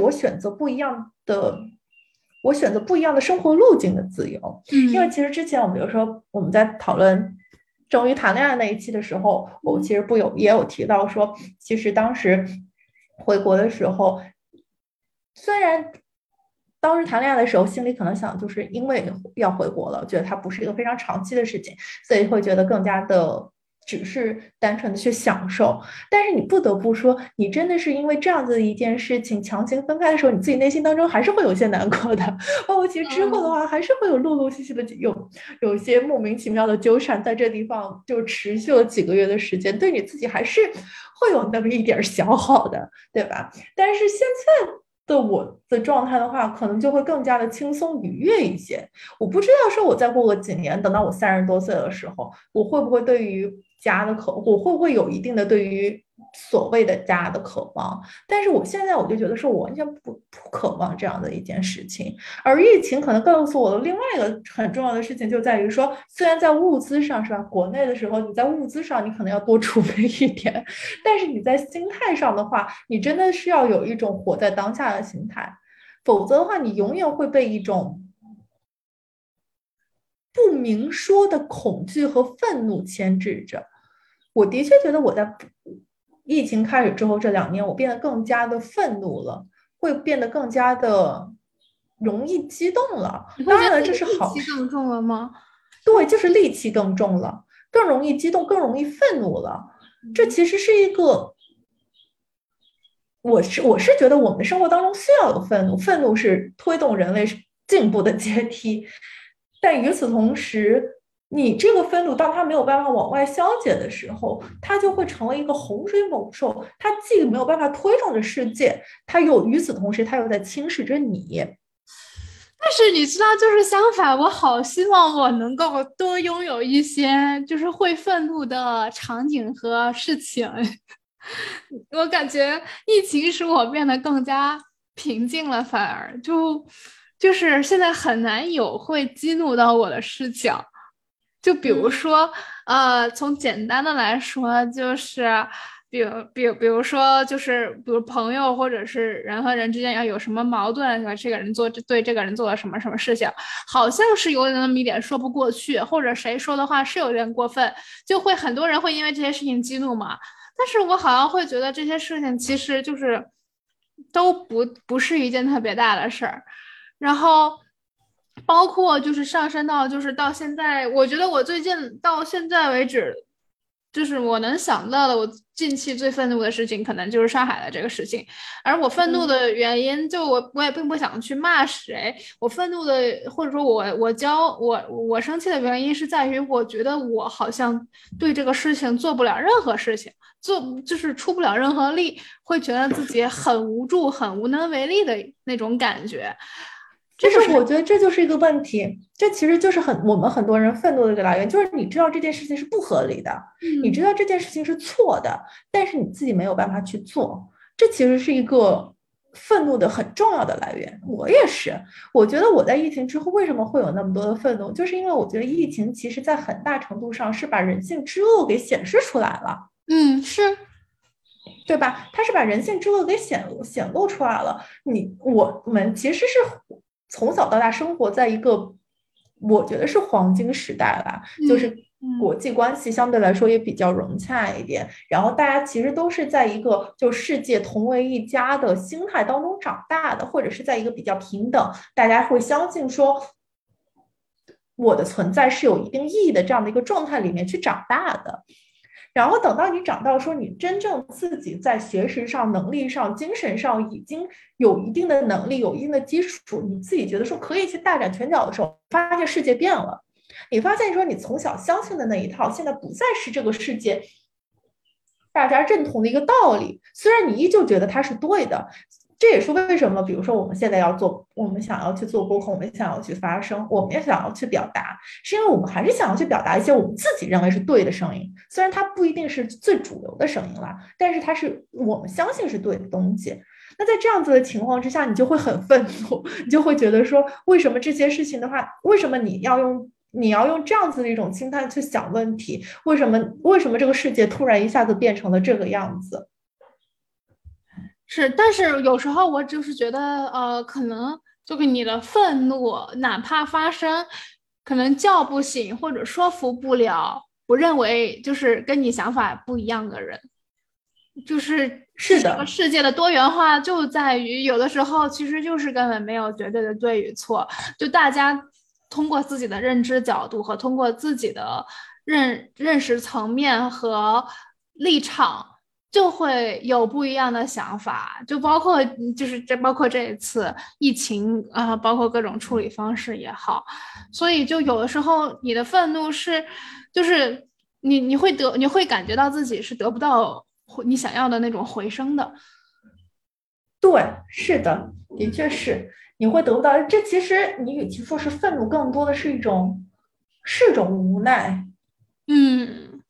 我选择不一样的生活路径的自由，因为嗯其实之前比如说我们在讨论终于谈恋爱那一期的时候，我其实也有提到说，其实当时回国的时候，虽然当时谈恋爱的时候，心里可能想，就是因为要回国了，觉得它不是一个非常长期的事情，所以会觉得更加的只是单纯的去享受。但是你不得不说，你真的是因为这样子的一件事情强行分开的时候，你自己内心当中还是会有些难过的。包括其实之后的嗯话，还是会有陆陆续续的有一些莫名其妙的纠缠，在这地方就持续了几个月的时间，对你自己还是会有那么一点消耗的，对吧？但是现在的我的状态的话，可能就会更加的轻松愉悦一些。我不知道说我再过个几年，等到我30多岁的时候，我会不会有一定的对于所谓的家的渴望。但是我现在我就觉得说，我完全不渴望这样的一件事情。而疫情可能告诉我的另外一个很重要的事情，就在于说，虽然在物资上是吧，国内的时候你在物资上你可能要多储备一点，但是你在心态上的话，你真的是要有一种活在当下的心态，否则的话，你永远会被一种不明说的恐惧和愤怒牵制着。我的确觉得我在疫情开始之后这2年，我变得更加的愤怒了，会变得更加的容易激动了。 你会当然了， 觉得你的这是戾气好事， 更重了吗？ 对，就是戾气更重了，更容易激动，更容易愤怒了。这其实是一个，我是觉得我们生活当中需要有愤怒，愤怒是推动人类进步的阶梯。但与此同时，你这个愤怒当它没有办法往外消解的时候，它就会成为一个洪水猛兽，它既没有办法推动着世界，它又与此同时，它又在侵蚀着你。 但是你知道，就是相反，我好希望我能够多拥有一些就是会愤怒的场景和事情。我感觉疫情使我变得更加平静了，反而就是现在很难有会激怒到我的事情。就比如说，从简单的来说，就是比如说，就是比如朋友或者是人和人之间要有什么矛盾，和这个人对这个人做了什么什么事情，好像是有那么一点说不过去，或者谁说的话是有点过分，就会很多人会因为这些事情激怒嘛。但是我好像会觉得这些事情其实就是都不是一件特别大的事儿，然后包括就是上升到就是到现在，我觉得我最近到现在为止，就是我能想到的，我近期最愤怒的事情，可能就是上海的这个事情。而我愤怒的原因，就我也并不想去骂谁，我愤怒的或者说我生气的原因是在于，我觉得我好像对这个事情做不了任何事情。就是出不了任何力，会觉得自己很无助、很无能为力的那种感觉。 其实我觉得这就是一个问题，这其实就是我们很多人愤怒的一个来源，就是你知道这件事情是不合理的，你知道这件事情是错的，但是你自己没有办法去做，这其实是一个愤怒的很重要的来源。我也是，我觉得我在疫情之后为什么会有那么多的愤怒，就是因为我觉得疫情其实在很大程度上是把人性之恶给显示出来了。 是。 对吧？它是把人性之恶给显露出来了。我们其实是从小到大生活在一个，我觉得是黄金时代吧，就是国际关系相对来说也比较融洽一点。然后大家其实都是在一个就世界同为一家的心态当中长大的，或者是在一个比较平等，大家会相信说我的存在是有一定意义的这样的一个状态里面去长大的。然后等到你长到说你真正自己在学识上、能力上、精神上已经有一定的能力、有一定的基础，你自己觉得说可以去大展拳脚的时候，发现世界变了。你发现说你从小相信的那一套，现在不再是这个世界大家认同的一个道理。虽然你依旧觉得它是对的，这也是为什么，比如说我们现在我们想要去做播客，我们想要去发声，我们也想要去表达，是因为我们还是想要去表达一些我们自己认为是对的声音，虽然它不一定是最主流的声音啦，但是它是我们相信是对的东西。那在这样子的情况之下，你就会很愤怒，你就会觉得说，为什么这些事情的话，为什么你要用这样子的一种心态去想问题？为什么这个世界突然一下子变成了这个样子？ 是，但是有时候我就是觉得，可能就是你的愤怒，哪怕发生，可能叫不醒或者说服不了，不认为就是跟你想法不一样的人，就是这个是的， 世界的多元化就在于，有的时候其实就是根本没有绝对的对与错，就大家通过自己的认知角度和通过自己的认识层面和立场。就会有不一样的想法，就包括这一次疫情啊、包括各种处理方式也好，所以就有的时候你的愤怒是，就是你会感觉到自己是得不到你想要的那种回声的。 对，是的，的确是，你会得不到。这其实你与其说是愤怒，更多的是一种无奈。 嗯，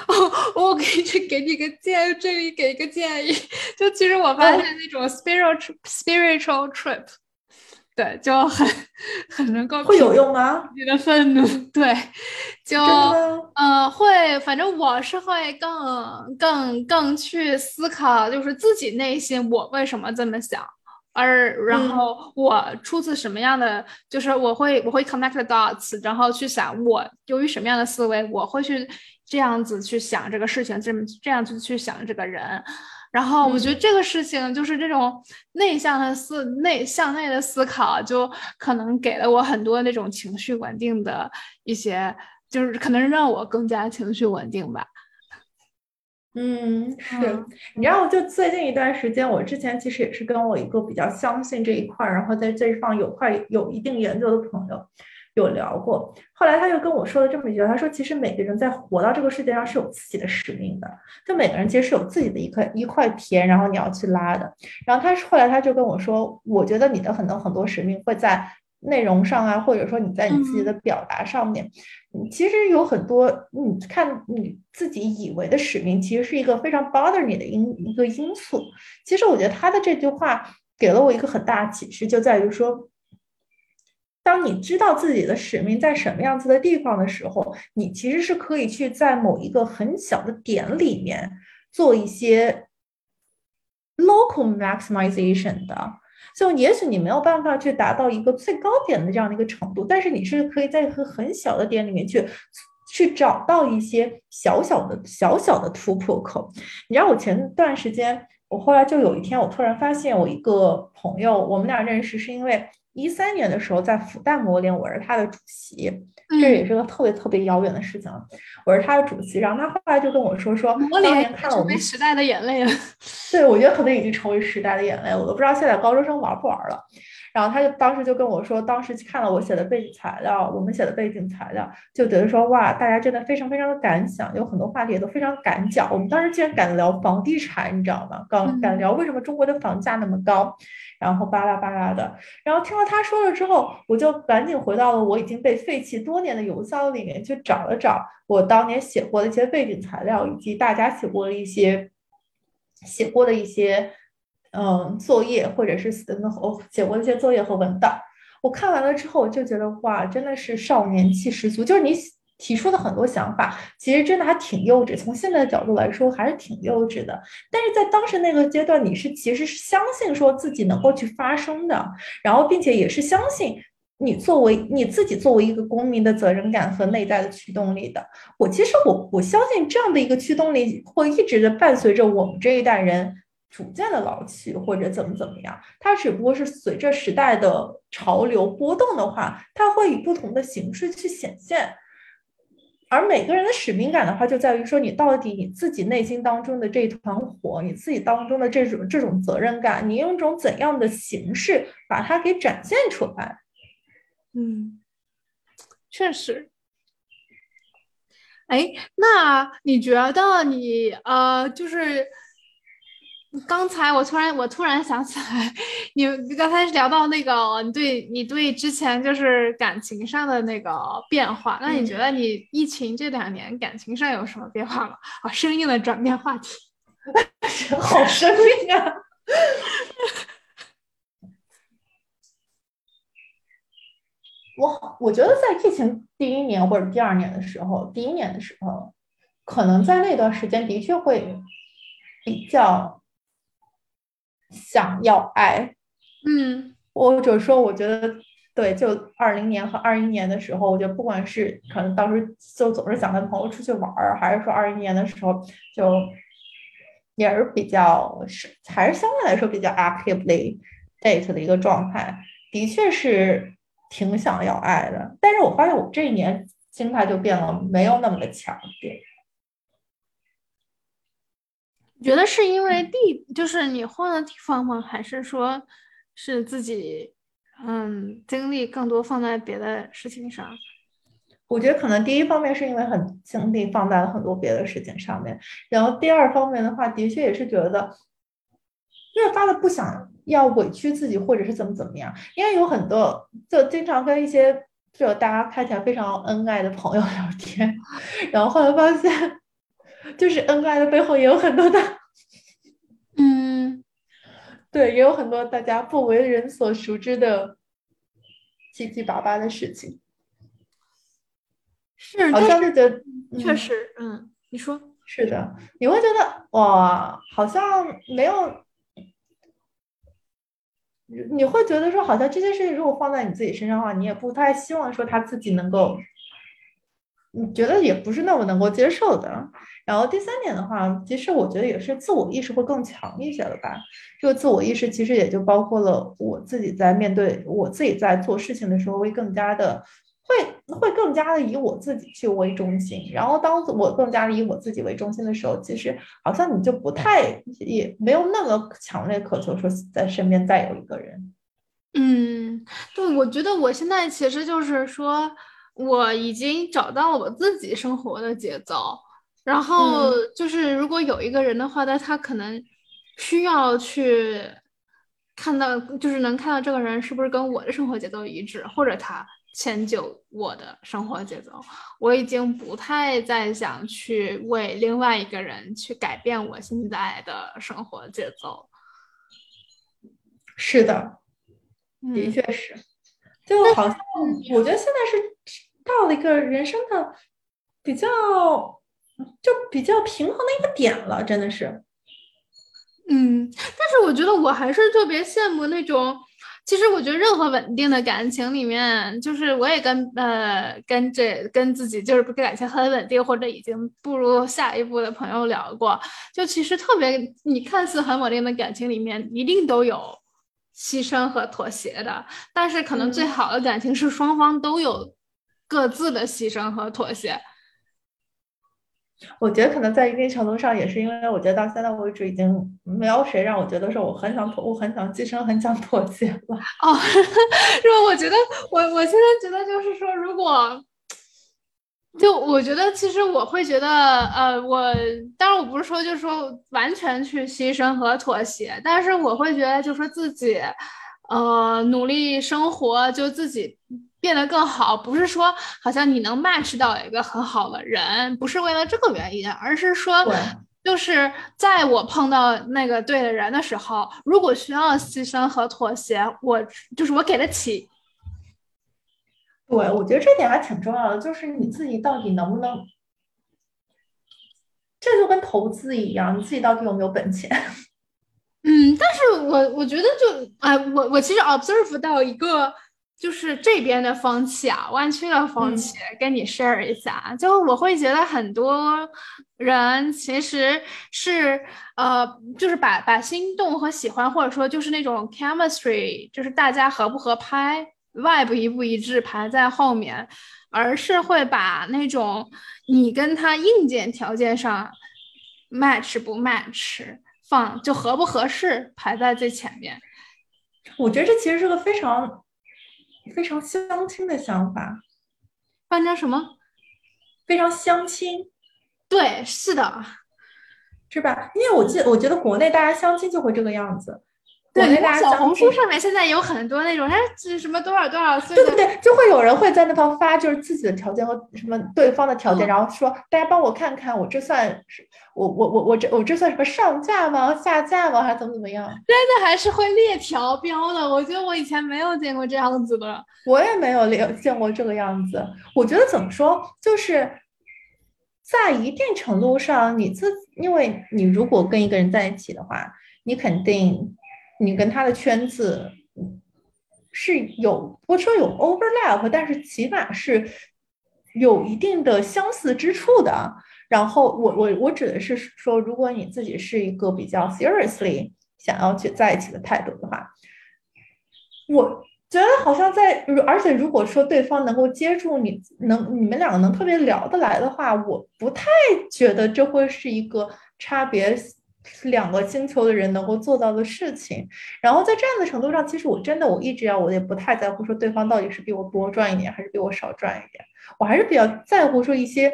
我可以去给你个建议，这里给一个建议，就其实我发现那种 spiritual trip，对，就很能够会有平息用吗？ 你的愤怒，对，就真的吗？ 会，反正我是会更去思考，就是自己内心我为什么这么想。然嗯后我出自什么样的，就是我会 connect the dots，然后去想我由于什么样的思维，我会去这样子去想这个事情，这样子去想这个人。然后我觉得嗯。 这个事情就是这种向内的思考，就可能给了我很多那种情绪稳定的一些，就是可能让我更加情绪稳定吧。 嗯，是， 嗯你知道，就最近一段时间，我之前其实也是跟我一个比较相信这一块儿，然后在这一方有一定研究的朋友有聊过。后来他就跟我说了这么一句话，他说，其实每个人在活到这个世界上是有自己的使命的，就每个人其实是有自己的一块田，然后你要去拉的。然后后来他就跟我说，我觉得你的很多使命会在内容上啊，或者说你在你自己的嗯表达上面。其实有很多，你看你自己以为的使命，其实是一个非常 bother 你的一个因素。其实我觉得他的这句话给了我一个很大的启示，就在于说，当你知道自己的使命在什么样子的地方的时候，你其实是可以去在某一个很小的点里面做一些 local maximization 的。就也许你没有办法去达到一个最高点的这样的一个程度，但是你是可以在一个很小的点里面去找到一些小小的突破口。你知道，我前段时间，我后来就有一天，我突然发现我一个朋友，我们俩认识是因为2013年的时候在复旦模联，我是他的主席。这也嗯， 是个特别特别遥远的事情，我是他的主席。然后他后来就跟我说，当模联已经成年看了我们为时代的眼泪了。 对，我觉得可能已经成为时代的眼泪，我都不知道现在高中生玩不玩了。然后他就当时就跟我说，当时看了我写的背景材料，我们写的背景材料，就觉得说哇，大家真的非常非常的敢想，有很多话题也都非常敢讲。我们当时竟然敢聊房地产，你知道吗？敢嗯聊为什么中国的房价那么高，然后巴拉巴拉的。然后听到他说了之后，我就赶紧回到了我已经被废弃多年的邮箱里面去找了找我当年写过的一些背景材料，以及大家写过的一些作业，或者是写过的一些作业和文档。我看完了之后，我就觉得哇，真的是少年气十足。就是你提出的很多想法，其实真的还挺幼稚。从现在的角度来说，还是挺幼稚的。但是在当时那个阶段，其实是相信说自己能够去发声的，然后并且也是相信你自己作为一个公民的责任感和内在的驱动力的。其实我相信这样的一个驱动力会一直的伴随着我们这一代人逐渐的老去，或者怎么样。它只不过是随着时代的潮流波动的话，它会以不同的形式去显现。而每个人的使命感的话，就在于说你到底你自己内心当中的这一团火，你自己当中的这种责任感，你用一种怎样的形式把它给展现出来。 嗯，确实。哎，那你觉得就是刚才我突然想起来，你刚才聊到那个你对之前就是感情上的那个变化，那你觉嗯， 得你疫情这2年感情上有什么变化吗？好，生硬的转变话题。 好生命啊！我觉得在疫情第一年或者第二年的时候，第一年的时候，可能在那段时间的确会比较想要爱， 嗯或者说，我觉得对，就2020年和21年的时候，我觉得不管是可能当时就总是想跟朋友出去玩儿，还是说21年的时候就也是还是相对来说比较 actively date 的一个状态，的确是挺想要爱的。但是我发现我这一年心态就变了，没有那么的强烈。 你觉得是因为就是你换了地方吗？还是说是自己精力更多放在别的事情上？ 我觉得可能第一方面是因为精力放在了很多别的事情上面，然后第二方面的话，的确也是觉得越发的不想要委屈自己，或者是怎么样，因为有很多就经常跟一些就大家看起来非常恩爱的朋友聊天，然后后来发现就是恩爱的背后也有很多的， 嗯， 对，也有很多大家不为人所熟知的七七八八的事情， 是， 好但是像就觉得，嗯， 确实，你说。 是的，你会觉得哇，好像没有，你会觉得说，好像这件事情如果放在你自己身上的话，你也不太希望说他自己能够你觉得也不是那么能够接受的。然后第三点的话，其实我觉得也是自我意识会更强一些了吧。这个自我意识其实也就包括了我自己在面对我自己在做事情的时候，会更加的以我自己去为中心。然后当我更加的以我自己为中心的时候，其实好像你就不太也没有那么强烈渴求说在身边再有一个人。 嗯，对，我觉得我现在其实就是说，我已经找到了我自己生活的节奏。然后嗯。 就是如果有一个人的话，那他可能需要去看到，就是能看到这个人是不是跟我的生活节奏一致，或者他迁就我的生活节奏。我已经不太再想去为另外一个人去改变我现在的生活节奏。 是的，的嗯。 确是。就好像我觉得现在是到了一个人生的比较比较平衡的一个点了，真的是。 但是我觉得我还是特别羡慕那种，其实我觉得任何稳定的感情里面，就是我也跟自己就是感情很稳定或者已经步入下一步的朋友聊过，就其实特别你看似很稳定的感情里面，一定都有牺牲和妥协的，但是可能最嗯， 好的感情是双方都有各自的牺牲和妥协。 我觉得可能在一定程度上也是因为我觉得到现在为止已经没有谁让我觉得说我很想牺牲，很想妥协了。 哦，是吧？我觉得我现在觉得就是说，如果就我觉得，其实我会觉得，当然我不是说就是说完全去牺牲和妥协，但是我会觉得就是说自己，努力生活，就自己变得更好，不是说好像你能 match 到一个很好的人，不是为了这个原因，而是说， 对， 就是在我碰到那个对的人的时候，如果需要牺牲和妥协，我给得起。 对，我觉得这点还挺重要的，就是你自己到底能不能，这就跟投资一样，你自己到底有没有本钱？ 但是我觉得就，哎，我其实 observe 到一个，就是这边的风气啊，湾区的风气， 嗯。 跟你 share 一下。就我会觉得很多人其实是，就是把心动和喜欢，或者说就是那种 chemistry，就是大家合不合拍，vibe 一不一致排在后面，而是会把那种你跟他硬件条件上 match 不 match。就合不合适排在最前面。 我觉得这其实是个非常相亲的想法， 换成什么？ 非常相亲。 对，是的。 是吧？因为我觉得国内大家相亲就会这个样子，国对，你看内大家小红书相亲， 上面现在有很多那种，哎，这什么多少多少岁的。 对对对，就会有人会在那头发就是自己的条件和什么对方的条件，然后说大家帮我看看，我这算是我这算什么上架吗？下架吗？还是怎么样？ 真的还是会列条标的，我觉得我以前没有见过这样子的。 我也没有见过这个样子。我觉得怎么说，就是在一定程度上，因为你如果跟一个人在一起的话，你肯定你跟他的圈子是有，不说有 overlap，但是起码是有一定的相似之处的。然后我指的是说，如果你自己是一个比较 seriously 想要去在一起的态度的话，我觉得好像而且如果说对方能够接住你，你们两个能特别聊得来的话，我不太觉得这会是一个差别两个星球的人能够做到的事情。然后在这样的程度上，其实我一直我也不太在乎说对方到底是比我多赚一点还是比我少赚一点，我还是比较在乎说一些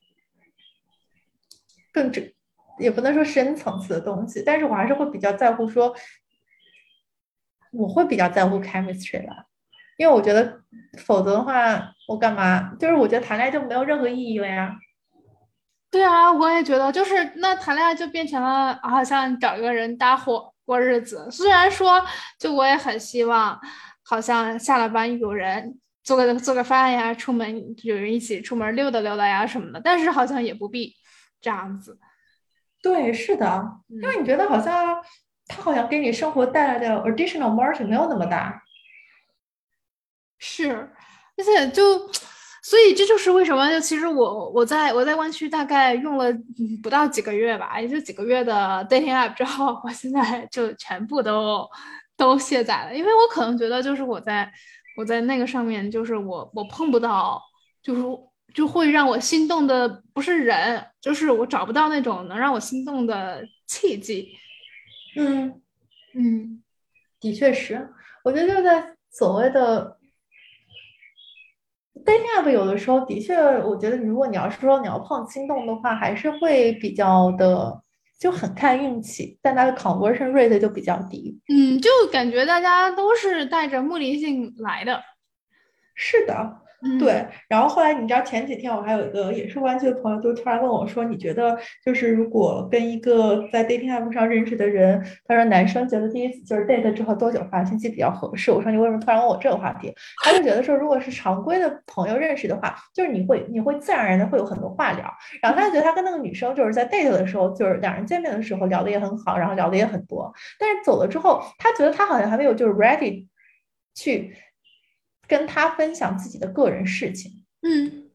更这也不能说深层次的东西，但是我还是会比较在乎说，我会比较在乎 chemistry 的。因为我觉得，否则的话，我干嘛？就是我觉得谈恋爱就没有任何意义了呀。 对啊，我也觉得，就是那谈恋爱就变成了好像找一个人搭伙过日子。虽然说，就我也很希望，好像下了班有人做个饭呀，出门有人一起出门溜达溜达呀什么的，但是好像也不必这样子。 对，是的，因为嗯， 你觉得好像他好像给你生活带来的 additional margin 没有那么大。 是，而且就，所以这就是为什么，就其实我在湾区大概用了不到几个月吧，也就几个月的 dating app 之后，我现在就全部都卸载了，因为我可能觉得就是我在那个上面，就是我碰不到，就是就会让我心动的不是人，就是我找不到那种能让我心动的契机。 嗯， 嗯。 的确是，我觉得就在所谓的 dating app 有的时候的确，我觉得如果你要是说你要碰心动的话，还是会比较的就很看运气，但它的 conversion rate 就比较低。 嗯，就感觉大家都是带着目的性来的。 是的， 嗯对。然后后来你知道前几天我还有一个也是湾区的朋友，就突然问我说：“你觉得就是如果跟一个在 dating app 上认识的人，他说男生觉得第一次就是 date 之后多久发信息比较合适？”我说：“你为什么突然问我这个话题？”他就觉得说，如果是常规的朋友认识的话，就是你会自然而然的会有很多话聊。然后他就觉得他跟那个女生就是在 date 的时候，就是两人见面的时候聊的也很好，然后聊的也很多。但是走了之后，他觉得他好像还没有就是 ready 去跟他分享自己的个人事情。 嗯，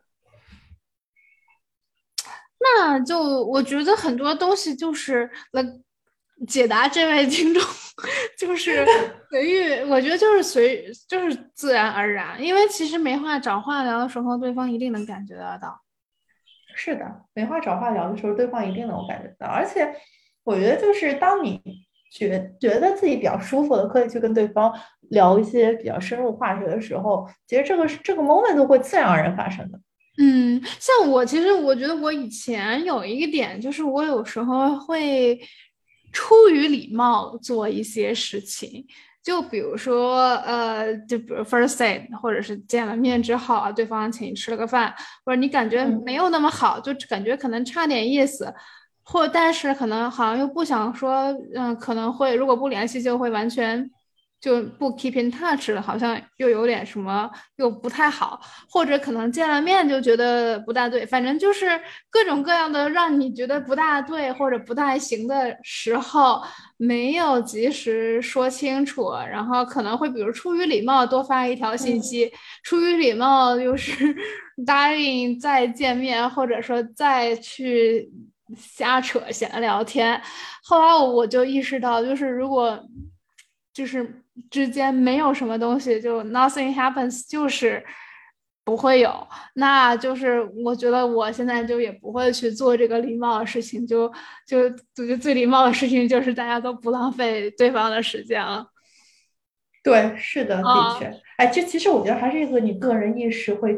那就我觉得很多东西就是来解答这位听众，就是随遇，我觉得就是就是自然而然，因为其实没话找话聊的时候，对方一定能感觉得到。 是的，没话找话聊的时候，对方一定能够感觉到。而且，我觉得就是当你觉得自己比较舒服的，可以去跟对方聊一些比较深入话题的时候，其实这个 moment 都会自然而然发生的。 嗯，像我其实我觉得我以前有一个点，就是我有时候会出于礼貌做一些事情，就比如说就比如 first date，或者是见了面之后啊，对方请你吃了个饭，或者你感觉没嗯。 有那么好，就感觉可能差点意思，或但是可能好像又不想说，可能会如果不联系就会完全。就不 keep in touch 了，好像又有点什么又不太好，或者可能见了面就觉得不大对，反正就是各种各样的让你觉得不大对或者不太行的时候，没有及时说清楚，然后可能会比如出于礼貌多发一条信嗯。 息，出于礼貌就是答应再见面，或者说再去瞎扯闲聊天。后来我就意识到，就是如果就是之间没有什么东西，就 nothing happens，就是不会有。那就是我觉得我现在就也不会去做这个礼貌的事情，就最礼貌的事情就是大家都不浪费对方的时间了。 对，是的，的啊， 确。哎，这其实我觉得还是一个你个人意识会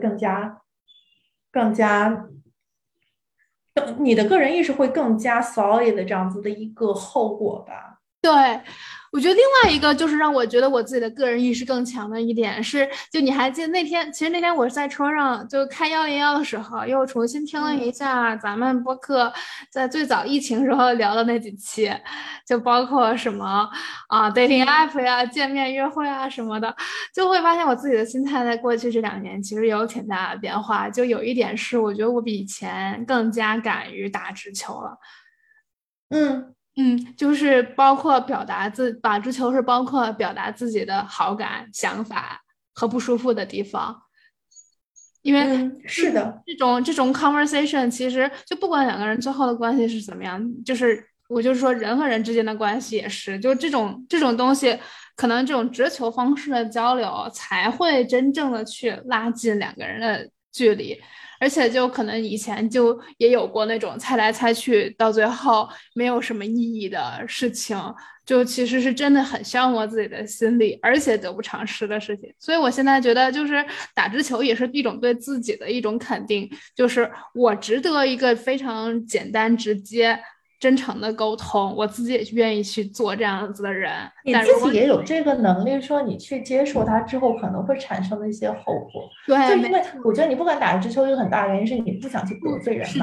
更加你的个人意识会更加 solid 的这样子的一个后果吧。 对，我觉得另外一个就是让我觉得我自己的个人意识更强的一点是，就你还记得那天，其实那天我是在车上就开101的时候，又重新听了一嗯下咱们播客在最早疫情时候聊的那几期，就包括什么dating 嗯。 app 呀、见面约会啊什么的，就会发现我自己的心态在过去这2年其实有挺大的变化。就有一点是，我觉得我比以前更加敢于打直球了。 嗯。 嗯，就是包括打直球是包括表达自己的好感、想法和不舒服的地方，因为嗯， 就是是的。 这种 conversation，其实就不管两个人最后的关系是怎么样，就是我就是说人和人之间的关系也是，就这种东西，可能这种直球方式的交流才会真正的去拉近两个人的距离。而且就可能以前就也有过那种猜来猜去，到最后没有什么意义的事情，就其实是真的很消磨自己的心理，而且得不偿失的事情。所以我现在觉得，就是打直球也是一种对自己的一种肯定，就是我值得一个非常简单、直接、真诚的沟通，我自己也愿意去做这样子的人。 你自但如果己也有这个能力，说你去接受它之后可能会产生的一些后果。就对，没因为我错， 觉得你不敢打直球，有个很大的原因是你不想去得罪人是的， 嘛。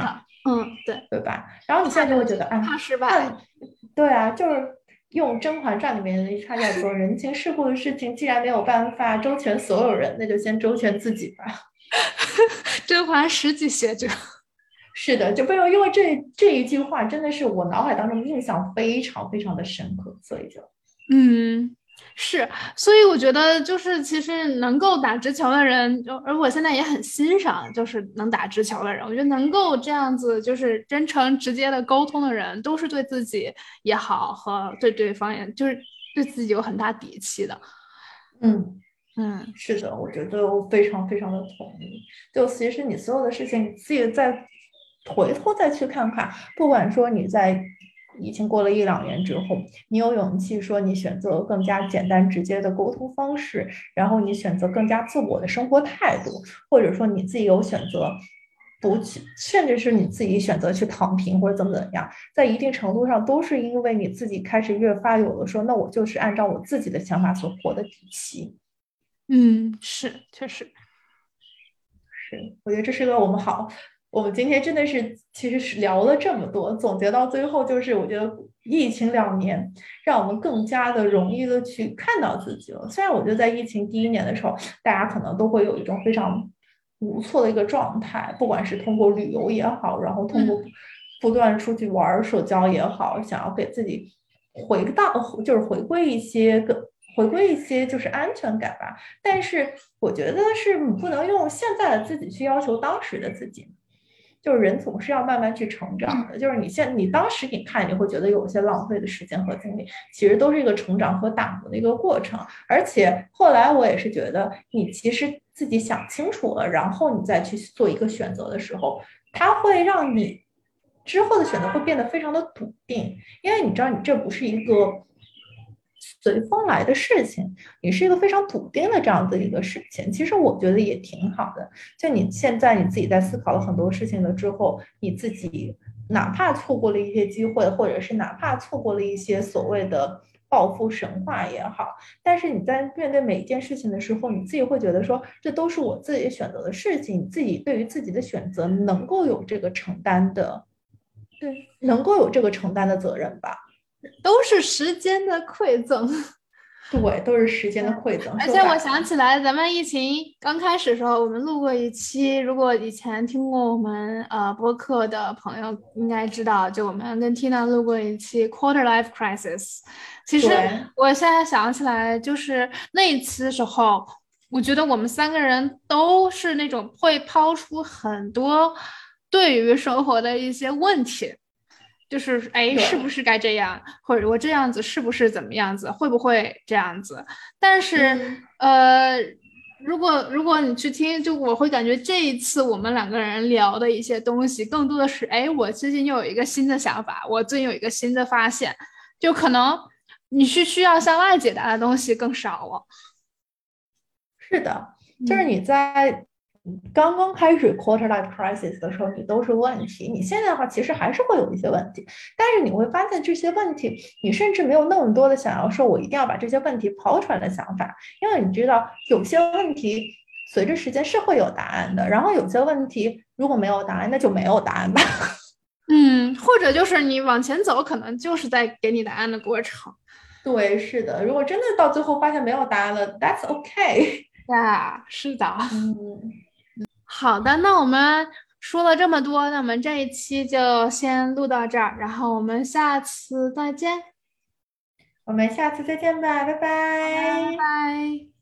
嗯，对， 对吧？然后你现在就会觉得， 怕这个哎， 怕失败。 那对啊，就是用《甄嬛传》里面的一句话叫做“人情世故的事情，既然没有办法周全所有人，那就先周全自己吧。” 甄嬛十级学者。 是的，就因为这一句话真的是我脑海当中印象非常非常的深刻，所以就嗯，是，所以我觉得就是其实能够打直球的人，而我现在也很欣赏，就是能打直球的人。我觉得能够这样子就是真诚直接的沟通的人，都是对自己也好和对对方也就是对自己有很大底气的。 嗯。 嗯是的，我觉得我非常非常的同意。就其实你所有的事情，你自己再回头再去看看，不管说你在已经过了一两年之后，你有勇气说你选择更加简单直接的沟通方式，然后你选择更加自我的生活态度，或者说你自己有选择不去，甚至是你自己选择去躺平或者怎么样，在一定程度上都是因为你自己开始越发有了说，那我就是按照我自己的想法所活的底气。 嗯，是，确实。 是，我觉得这是个我们今天真的是其实是聊了这么多，总结到最后就是，我觉得疫情2年让我们更加的容易的去看到自己了。虽然我觉得在疫情第一年的时候，大家可能都会有一种非常无措的一个状态，不管是通过旅游也好，然后通过嗯不断出去玩社交也好，想要给自己回到就是回归一些就是安全感吧。但是我觉得是你不能用现在的自己去要求当时的自己，就是人总是要慢慢去成长嗯的。就是你当时你看你会觉得有些浪费的时间和精力，其实都是一个成长和打磨的一个过程。而且后来我也是觉得，你其实自己想清楚了，然后你再去做一个选择的时候，它会让你之后的选择会变得非常的笃定，因为你知道你这不是一个随风来的事情，你是一个非常笃定的这样子一个事情。其实我觉得也挺好的。就你现在你自己在思考了很多事情了之后，你自己哪怕错过了一些机会，或者是哪怕错过了一些所谓的暴富神话也好，但是你在面对每一件事情的时候，你自己会觉得说，这都是我自己选择的事情，你自己对于自己的选择能够有这个承担的， 对， 能够有这个承担的责任吧。 都是时间的馈赠。 对，都是时间的馈赠。 而且我说白了， 想起来，咱们疫情刚开始的时候，我们录过一期。如果以前听过我们播客的朋友，应该知道，就我们跟 Tina 录过一期 Quarter Life Crisis。其实对， 我现在想起来，就是那一期的时候，我觉得我们三个人都是那种会抛出很多对于生活的一些问题。就是哎，是不对， 是该这样，或者我这样子是不是怎么样子，会不会这样子？但是嗯， 呃，如果你去听，就我会感觉这一次我们两个人聊的一些东西，更多的是哎，我最近又有一个新的想法，我最近有一个新的发现，就可能你是需要向外解答的东西更少了。 是的，就是嗯， 你在刚刚开始 quarter life crisis 的时候，你都是问题。你现在的话，其实还是会有一些问题，但是你会发现这些问题，你甚至没有那么多的想要说，我一定要把这些问题抛出来的想法，因为你知道有些问题随着时间是会有答案的，然后有些问题如果没有答案，那就没有答案吧。 嗯，或者就是你往前走，可能就是在给你答案的过程。 对，是的，如果真的到最后发现没有答案了，that's okay。 呀，是的。 嗯， 好的，那我们说了这么多，那我们这一期就先录到这儿，然后我们下次再见， 我们下次再见吧，拜拜拜。 拜。